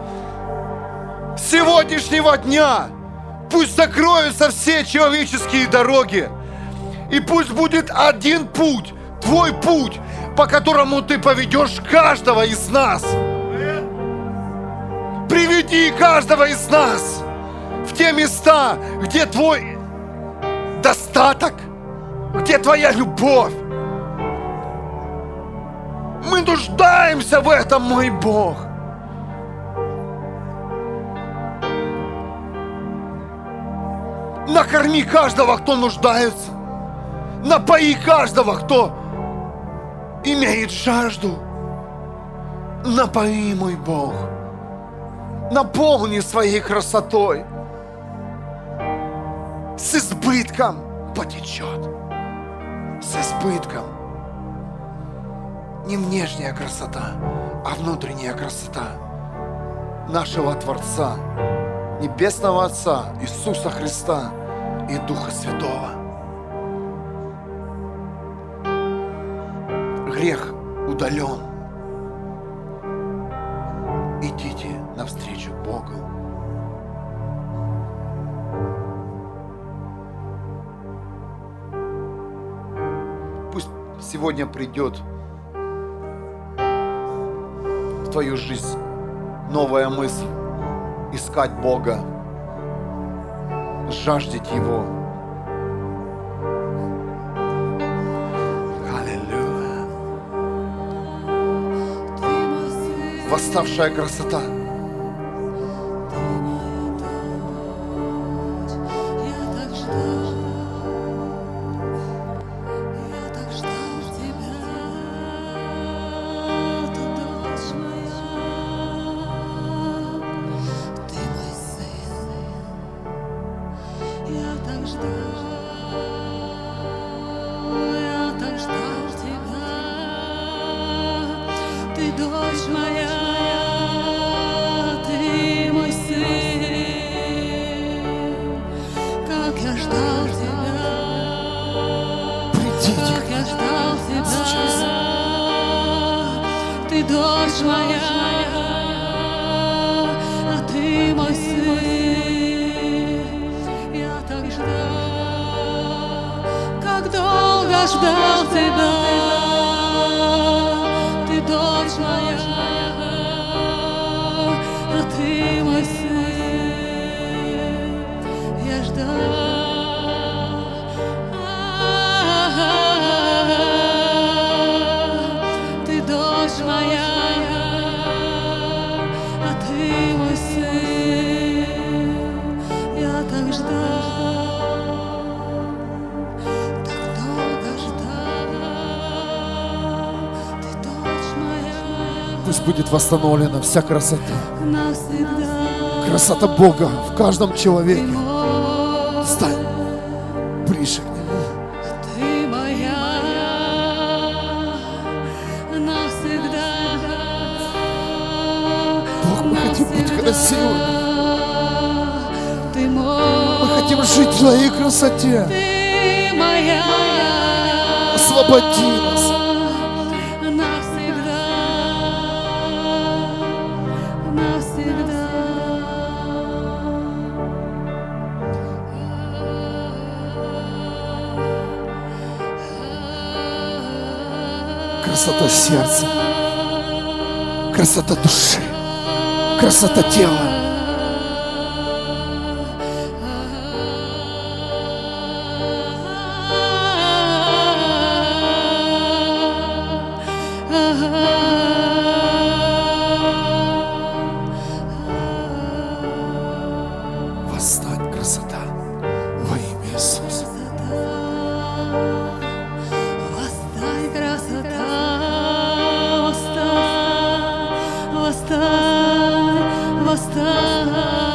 Speaker 1: С сегодняшнего дня пусть закроются все человеческие дороги, и пусть будет один путь, Твой путь, по которому Ты поведешь каждого из нас. Приведи каждого из нас в те места, где Твой достаток, где Твоя любовь. Мы нуждаемся в этом, мой Бог. Накорми каждого, кто нуждается. Напои каждого, кто имеет жажду. Напои, мой Бог. Наполни своей красотой. С избытком потечет. С избытком. Не внешняя красота, а внутренняя красота нашего Творца, Небесного Отца, Иисуса Христа и Духа Святого. Грех удален. Идите навстречу Богу. Пусть сегодня придет в твою жизнь новая мысль. Искать Бога, жаждать Его. Аллилуйя. Восставшая красота.
Speaker 2: Дочь моя, а ты мой сын. Я так ждал, как долго ждал тебя. Ты дочь моя, а ты мой сын. Я ждал. Ты дочь моя, а ты мой сын. Я так ждал, так долго ждал. Ты дочь моя.
Speaker 3: Пусть будет восстановлена вся красота.
Speaker 2: Навсегда.
Speaker 3: Красота Бога в каждом
Speaker 2: Ты
Speaker 3: человеке.
Speaker 2: мой,
Speaker 3: Стань ближе к Нему.
Speaker 2: ты моя. Навсегда.
Speaker 3: Бог, мы хотим быть красивыми.
Speaker 2: Ты мой.
Speaker 3: Мы хотим жить в Твоей красоте.
Speaker 2: Ты моя.
Speaker 3: Освободи нас.
Speaker 2: Навсегда. Навсегда.
Speaker 3: Красота сердца. Красота души. Красота тела. Восстань, красота, во имя Иисуса.
Speaker 2: Восстань, красота, восстань, восстань, восстань,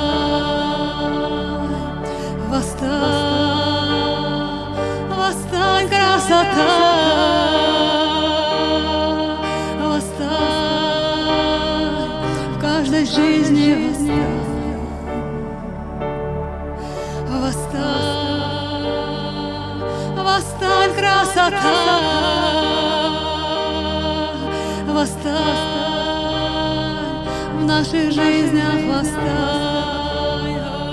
Speaker 2: восстань, восстань, красота, восстань, в каждой жизни восстань. Восстань, восстань, красота, восстань, в наших жизнях восстань.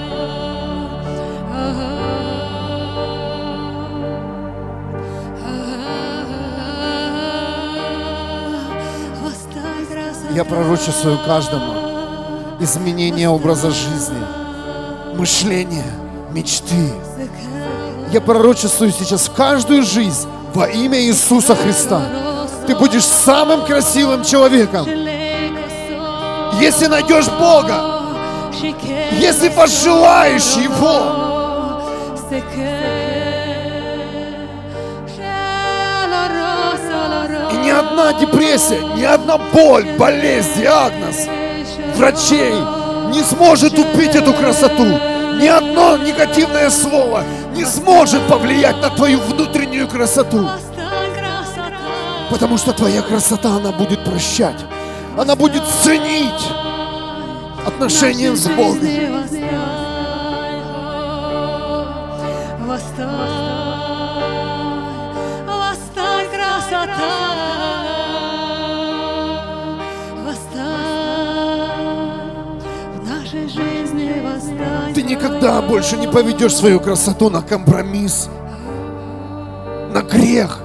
Speaker 2: Восстань, красота.
Speaker 3: Я пророчествую каждому изменение образа жизни, мышления, мечты. Я пророчествую сейчас в каждую жизнь во имя Иисуса Христа. Ты будешь самым красивым человеком, если найдешь Бога, если пожелаешь Его. И ни одна депрессия, ни одна боль, болезнь, диагноз врачей не сможет убить эту красоту. Ни одно негативное слово не сможет повлиять на твою внутреннюю красоту. Потому что твоя красота, она будет прощать. Она будет ценить отношения с Богом.
Speaker 2: Восстань, красота, восстань, в нашей жизни восстань.
Speaker 3: Ты никогда больше не поведешь свою красоту на компромисс, на грех.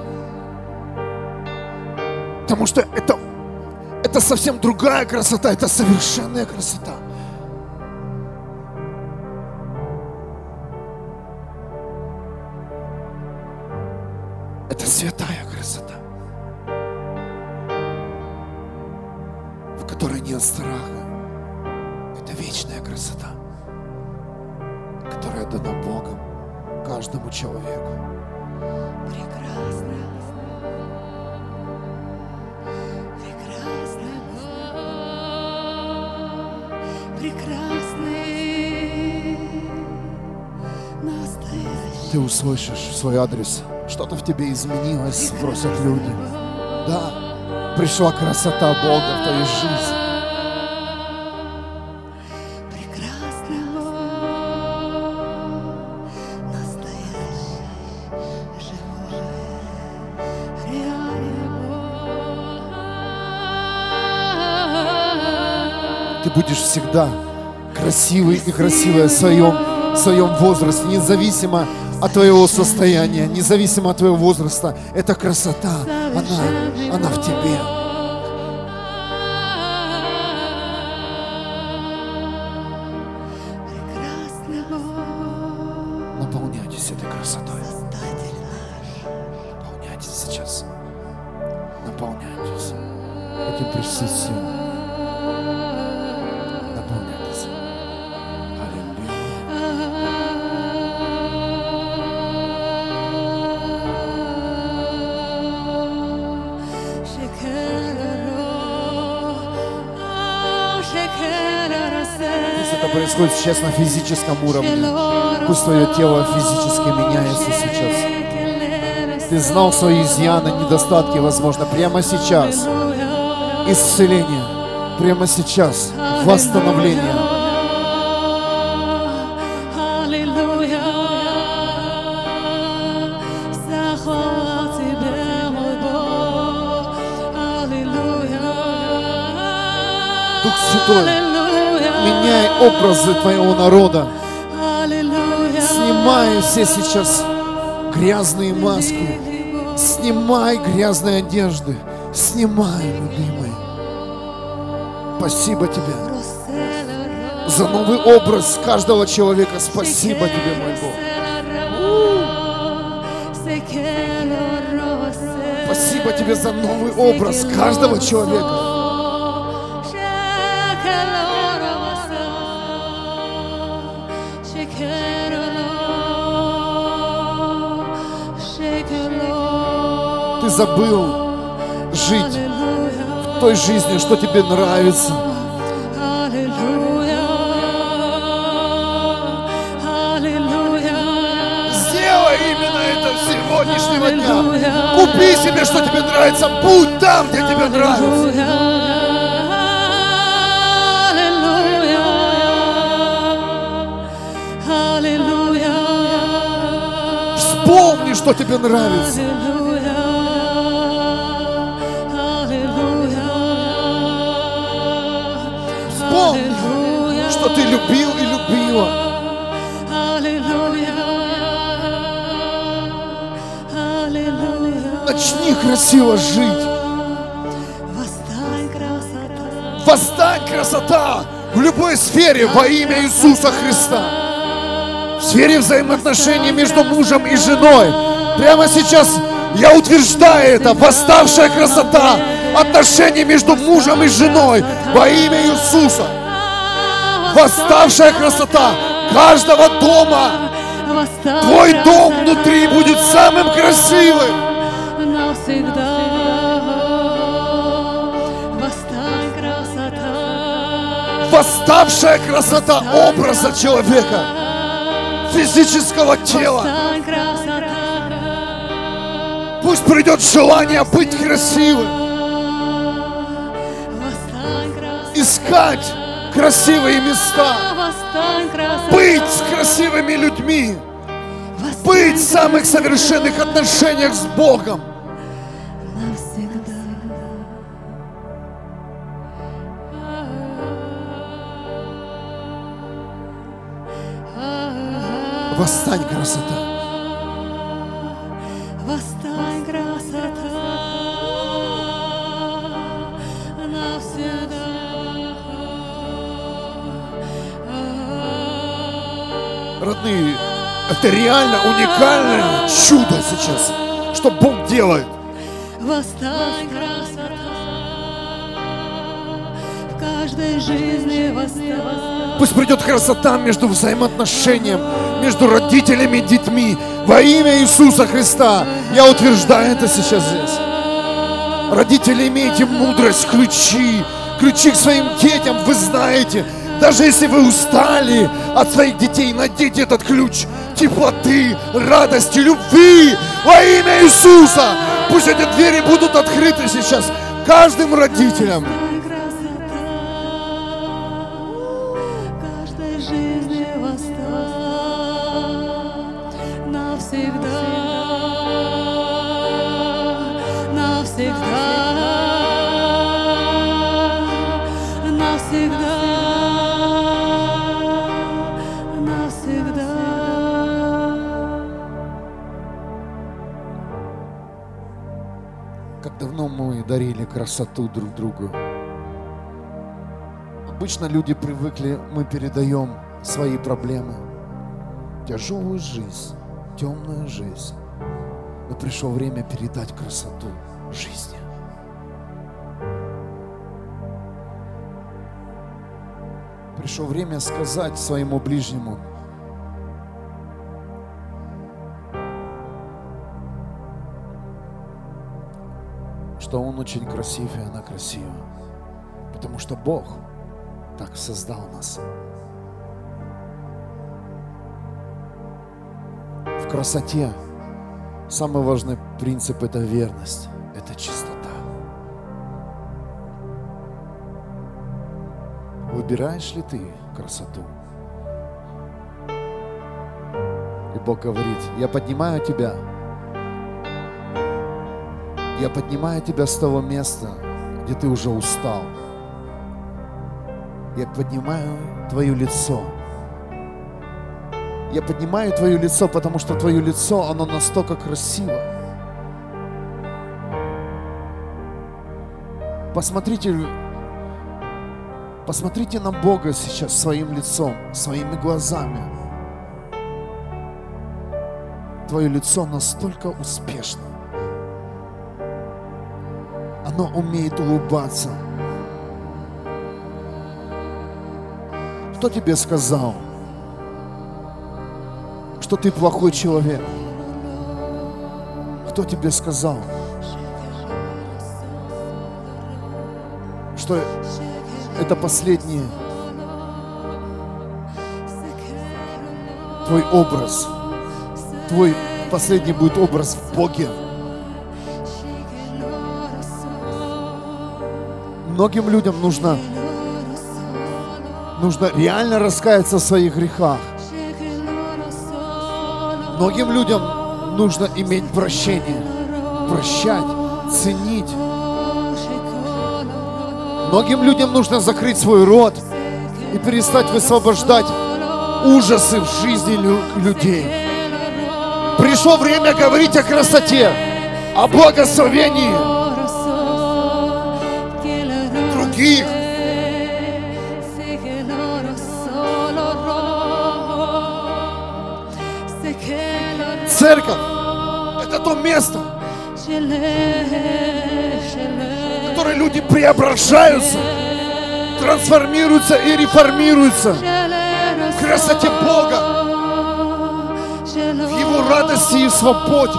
Speaker 3: Потому что это совсем другая красота, это совершенная красота. Это святая красота, в которой нет страха. Это вечная красота, которая дана Богом каждому человеку.
Speaker 2: Прекрасно, прекрасно, прекрасный, настоящий.
Speaker 3: ты услышишь в свой адрес. Что-то в тебе изменилось, просят люди. Да, пришла красота Бога в твою жизнь.
Speaker 2: Прекрасный Бог, настоящий, живой, реальный Бог.
Speaker 3: Ты будешь всегда красивый и красивая в своем возрасте, независимо от твоего состояния, независимо от твоего возраста. Эта красота, она в тебе.
Speaker 2: Прекрасный Бог,
Speaker 3: Наполняйтесь этой красотой.
Speaker 2: Создатель наш.
Speaker 3: Наполняйтесь сейчас. Наполняйтесь этим присутствием. Наполняйтесь. Аллилуйя. Пусть это происходит сейчас на физическом уровне. Пусть твое тело физически меняется сейчас. Ты знал свои изъяны, недостатки, возможно, прямо сейчас. Исцеление. Прямо сейчас. Восстановление.
Speaker 2: Аллилуйя. Захвала Тебе, мой Бог. Аллилуйя.
Speaker 3: Дух Святой,
Speaker 2: Аллилуйя.
Speaker 3: меняй образы твоего народа.
Speaker 2: Аллилуйя.
Speaker 3: Снимай все сейчас грязные маски. Снимай грязные одежды. Снимай, любимый. Спасибо тебе за новый образ каждого человека. Спасибо тебе, мой Бог. Спасибо тебе за новый образ каждого человека. Ты забыл жить в той жизни, что тебе нравится. Сделай именно это с сегодняшнего дня. Купи себе, что тебе нравится. Будь там, где тебе нравится. Вспомни, что тебе нравится. Вспомни, что ты любил и любила. Начни красиво жить. Восстань, красота, в любой сфере во имя Иисуса Христа. В сфере взаимоотношений между мужем и женой. Прямо сейчас я утверждаю это. Восставшая красота отношений между мужем и женой во имя Иисуса. Восставшая красота каждого дома. Твой дом внутри будет самым красивым.
Speaker 2: Навсегда восстань, красота.
Speaker 3: Восставшая красота образа человека, физического тела.
Speaker 2: Восстань, красота.
Speaker 3: Пусть придет желание быть красивым,
Speaker 2: Восстань, красота.
Speaker 3: искать красивые места,
Speaker 2: Восстань, красота.
Speaker 3: быть с красивыми людьми, быть в самых совершенных отношениях с Богом.
Speaker 2: Навсегда.
Speaker 3: Восстань, красота.
Speaker 2: Восстань, красота. Навсегда.
Speaker 3: Родные, это реально уникальное чудо сейчас, что Бог делает.
Speaker 2: Восстань, красота. В каждой жизни восстань.
Speaker 3: Пусть придет красота между взаимоотношением, между родителями и детьми. Во имя Иисуса Христа я утверждаю это сейчас здесь. Родители, имейте мудрость, ключи к своим детям, вы знаете. Даже если вы устали от своих детей, найдите этот ключ. теплоты, радости, любви во имя Иисуса. Пусть эти двери будут открыты сейчас каждым родителям.
Speaker 2: Каждой жизни восстань навсегда, навсегда, навсегда, навсегда.
Speaker 3: Как давно мы дарили красоту друг другу. Обычно люди привыкли, мы передаем свои проблемы, тяжелую жизнь, темную жизнь. Но пришло время передать красоту жизни. Пришло время сказать своему ближнему: что он очень красив и она красива. Потому что Бог так создал нас. В красоте самый важный принцип — это верность, это чистота. Выбираешь ли ты красоту? И Бог говорит: я поднимаю тебя. Я поднимаю тебя с того места, где ты уже устал. Я поднимаю твое лицо. Я поднимаю твое лицо, потому что твое лицо, оно настолько красиво. Посмотрите на Бога сейчас своим лицом, своими глазами. Твое лицо настолько успешно. Оно умеет улыбаться. Кто тебе сказал, что ты плохой человек? Кто тебе сказал, что это последний твой образ? Твой последний будет образ в Боге. Многим людям нужно реально раскаяться в своих грехах. Многим людям нужно иметь прощение, прощать, ценить. Многим людям нужно закрыть свой рот и перестать высвобождать ужасы в жизни людей. Пришло время говорить о красоте, о благословении других. Церковь — это то место, в которое люди преображаются, трансформируются и реформируются в красоте Бога, в Его радости и свободе.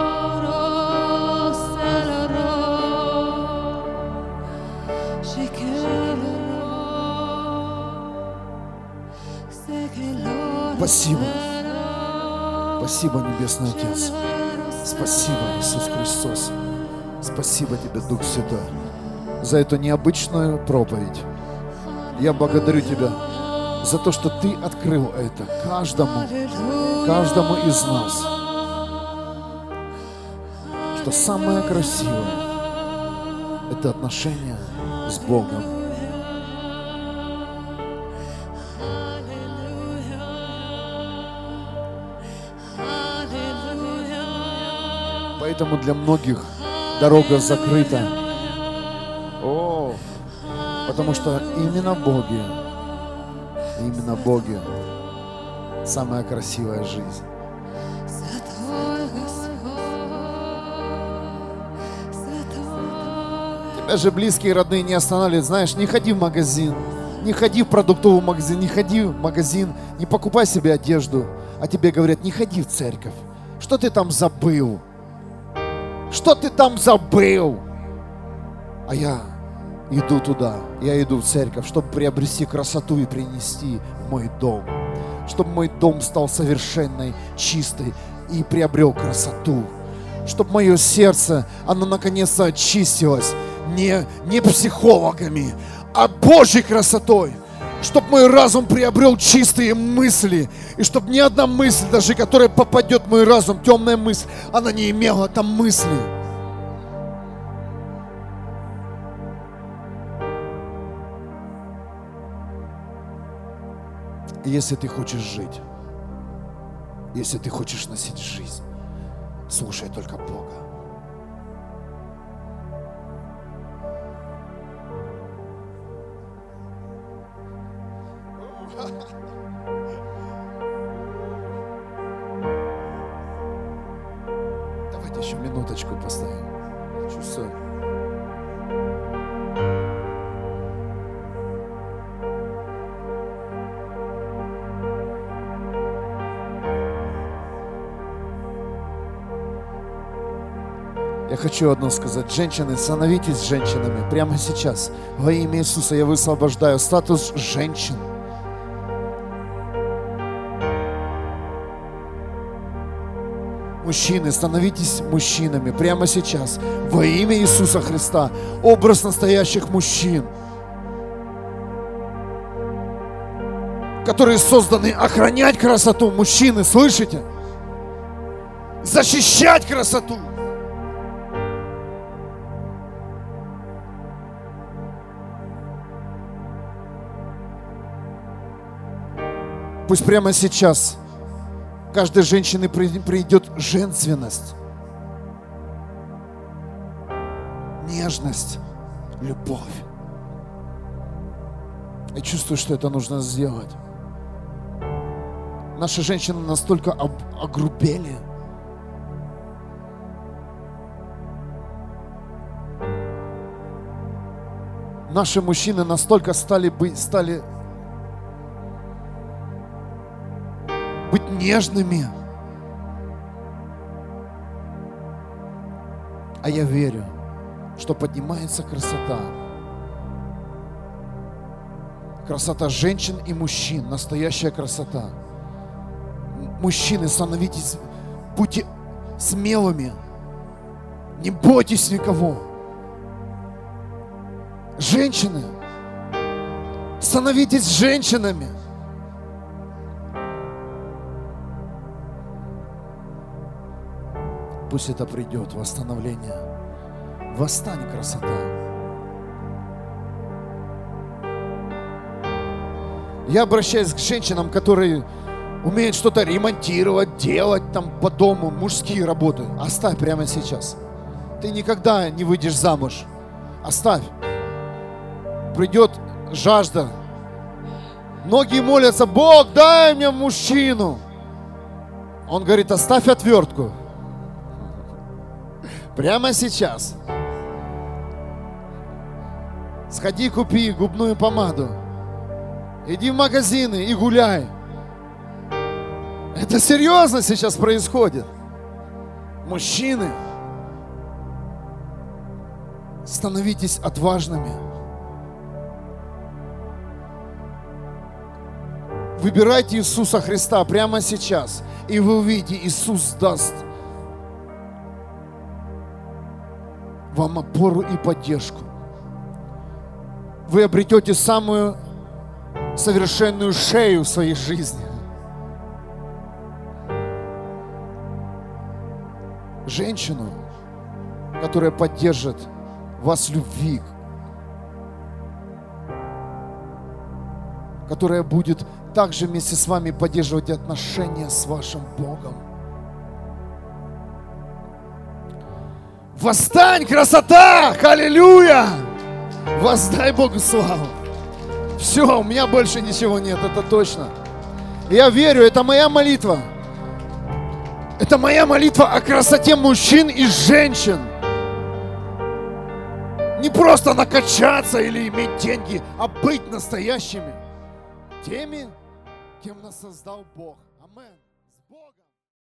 Speaker 3: Спасибо. Спасибо, Небесный Отец. Спасибо, Иисус Христос. Спасибо Тебе, Дух Святой, за эту необычную проповедь. Я благодарю Тебя за то, что Ты открыл это каждому из нас. Что самое красивое — это отношения с Богом. Поэтому для многих дорога закрыта. Потому что именно Боги самая красивая жизнь. Тебя же близкие и родные не останавливают. Знаешь, не ходи в магазин, не ходи в продуктовый магазин, не ходи в магазин, не покупай себе одежду. А тебе говорят: не ходи в церковь. Что ты там забыл? Что ты там забыл? А я иду туда, я иду в церковь, чтобы приобрести красоту и принести в мой дом. чтобы мой дом стал совершенной, чистой и приобрел красоту. Чтобы мое сердце, оно наконец-то очистилось не психологами, а Божьей красотой. Чтобы мой разум приобрел чистые мысли. И чтобы ни одна мысль, даже которая попадет в мой разум, темная мысль, она не имела там мысли. Если ты хочешь жить, если ты хочешь носить жизнь, слушай только Бога. Давайте еще минуточку поставим. Чувствую. Я хочу одно сказать. Женщины, становитесь женщинами прямо сейчас. Во имя Иисуса я высвобождаю статус женщин. Мужчины, становитесь мужчинами прямо сейчас. Во имя Иисуса Христа. Образ настоящих мужчин, которые созданы охранять красоту. Мужчины, слышите? Защищать красоту. Пусть прямо сейчас каждой женщине придет женственность, нежность, любовь. Я чувствую, что это нужно сделать. Наши женщины настолько огрубели. Наши мужчины настолько стали быть нежными. А я верю, что поднимается красота. Красота женщин и мужчин, настоящая красота. Мужчины, становитесь, будьте смелыми, не бойтесь никого. Женщины, становитесь женщинами. Пусть это придет, восстановление. Восстань, красота. Я обращаюсь к женщинам, которые умеют что-то ремонтировать, делать там по дому, мужские работы. Оставь прямо сейчас. Ты никогда не выйдешь замуж. Оставь. Придет жажда. Многие молятся: Бог, дай мне мужчину. Он говорит: оставь отвертку. Прямо сейчас. Сходи, купи губную помаду. Иди в магазины и гуляй. Это серьезно сейчас происходит. Мужчины, становитесь отважными. Выбирайте Иисуса Христа прямо сейчас, и вы увидите, Иисус даст вам опору и поддержку. Вы обретете самую совершенную шею в своей жизни. Женщину, которая поддержит вас в любви, которая будет также вместе с вами поддерживать отношения с вашим Богом. Восстань, красота! Аллилуйя! Воздай Богу славу. Все, у меня больше ничего нет, это точно. Я верю, это моя молитва. Это моя молитва о красоте мужчин и женщин. Не просто накачаться или иметь деньги, а быть настоящими. Теми, кем нас создал Бог. Аминь.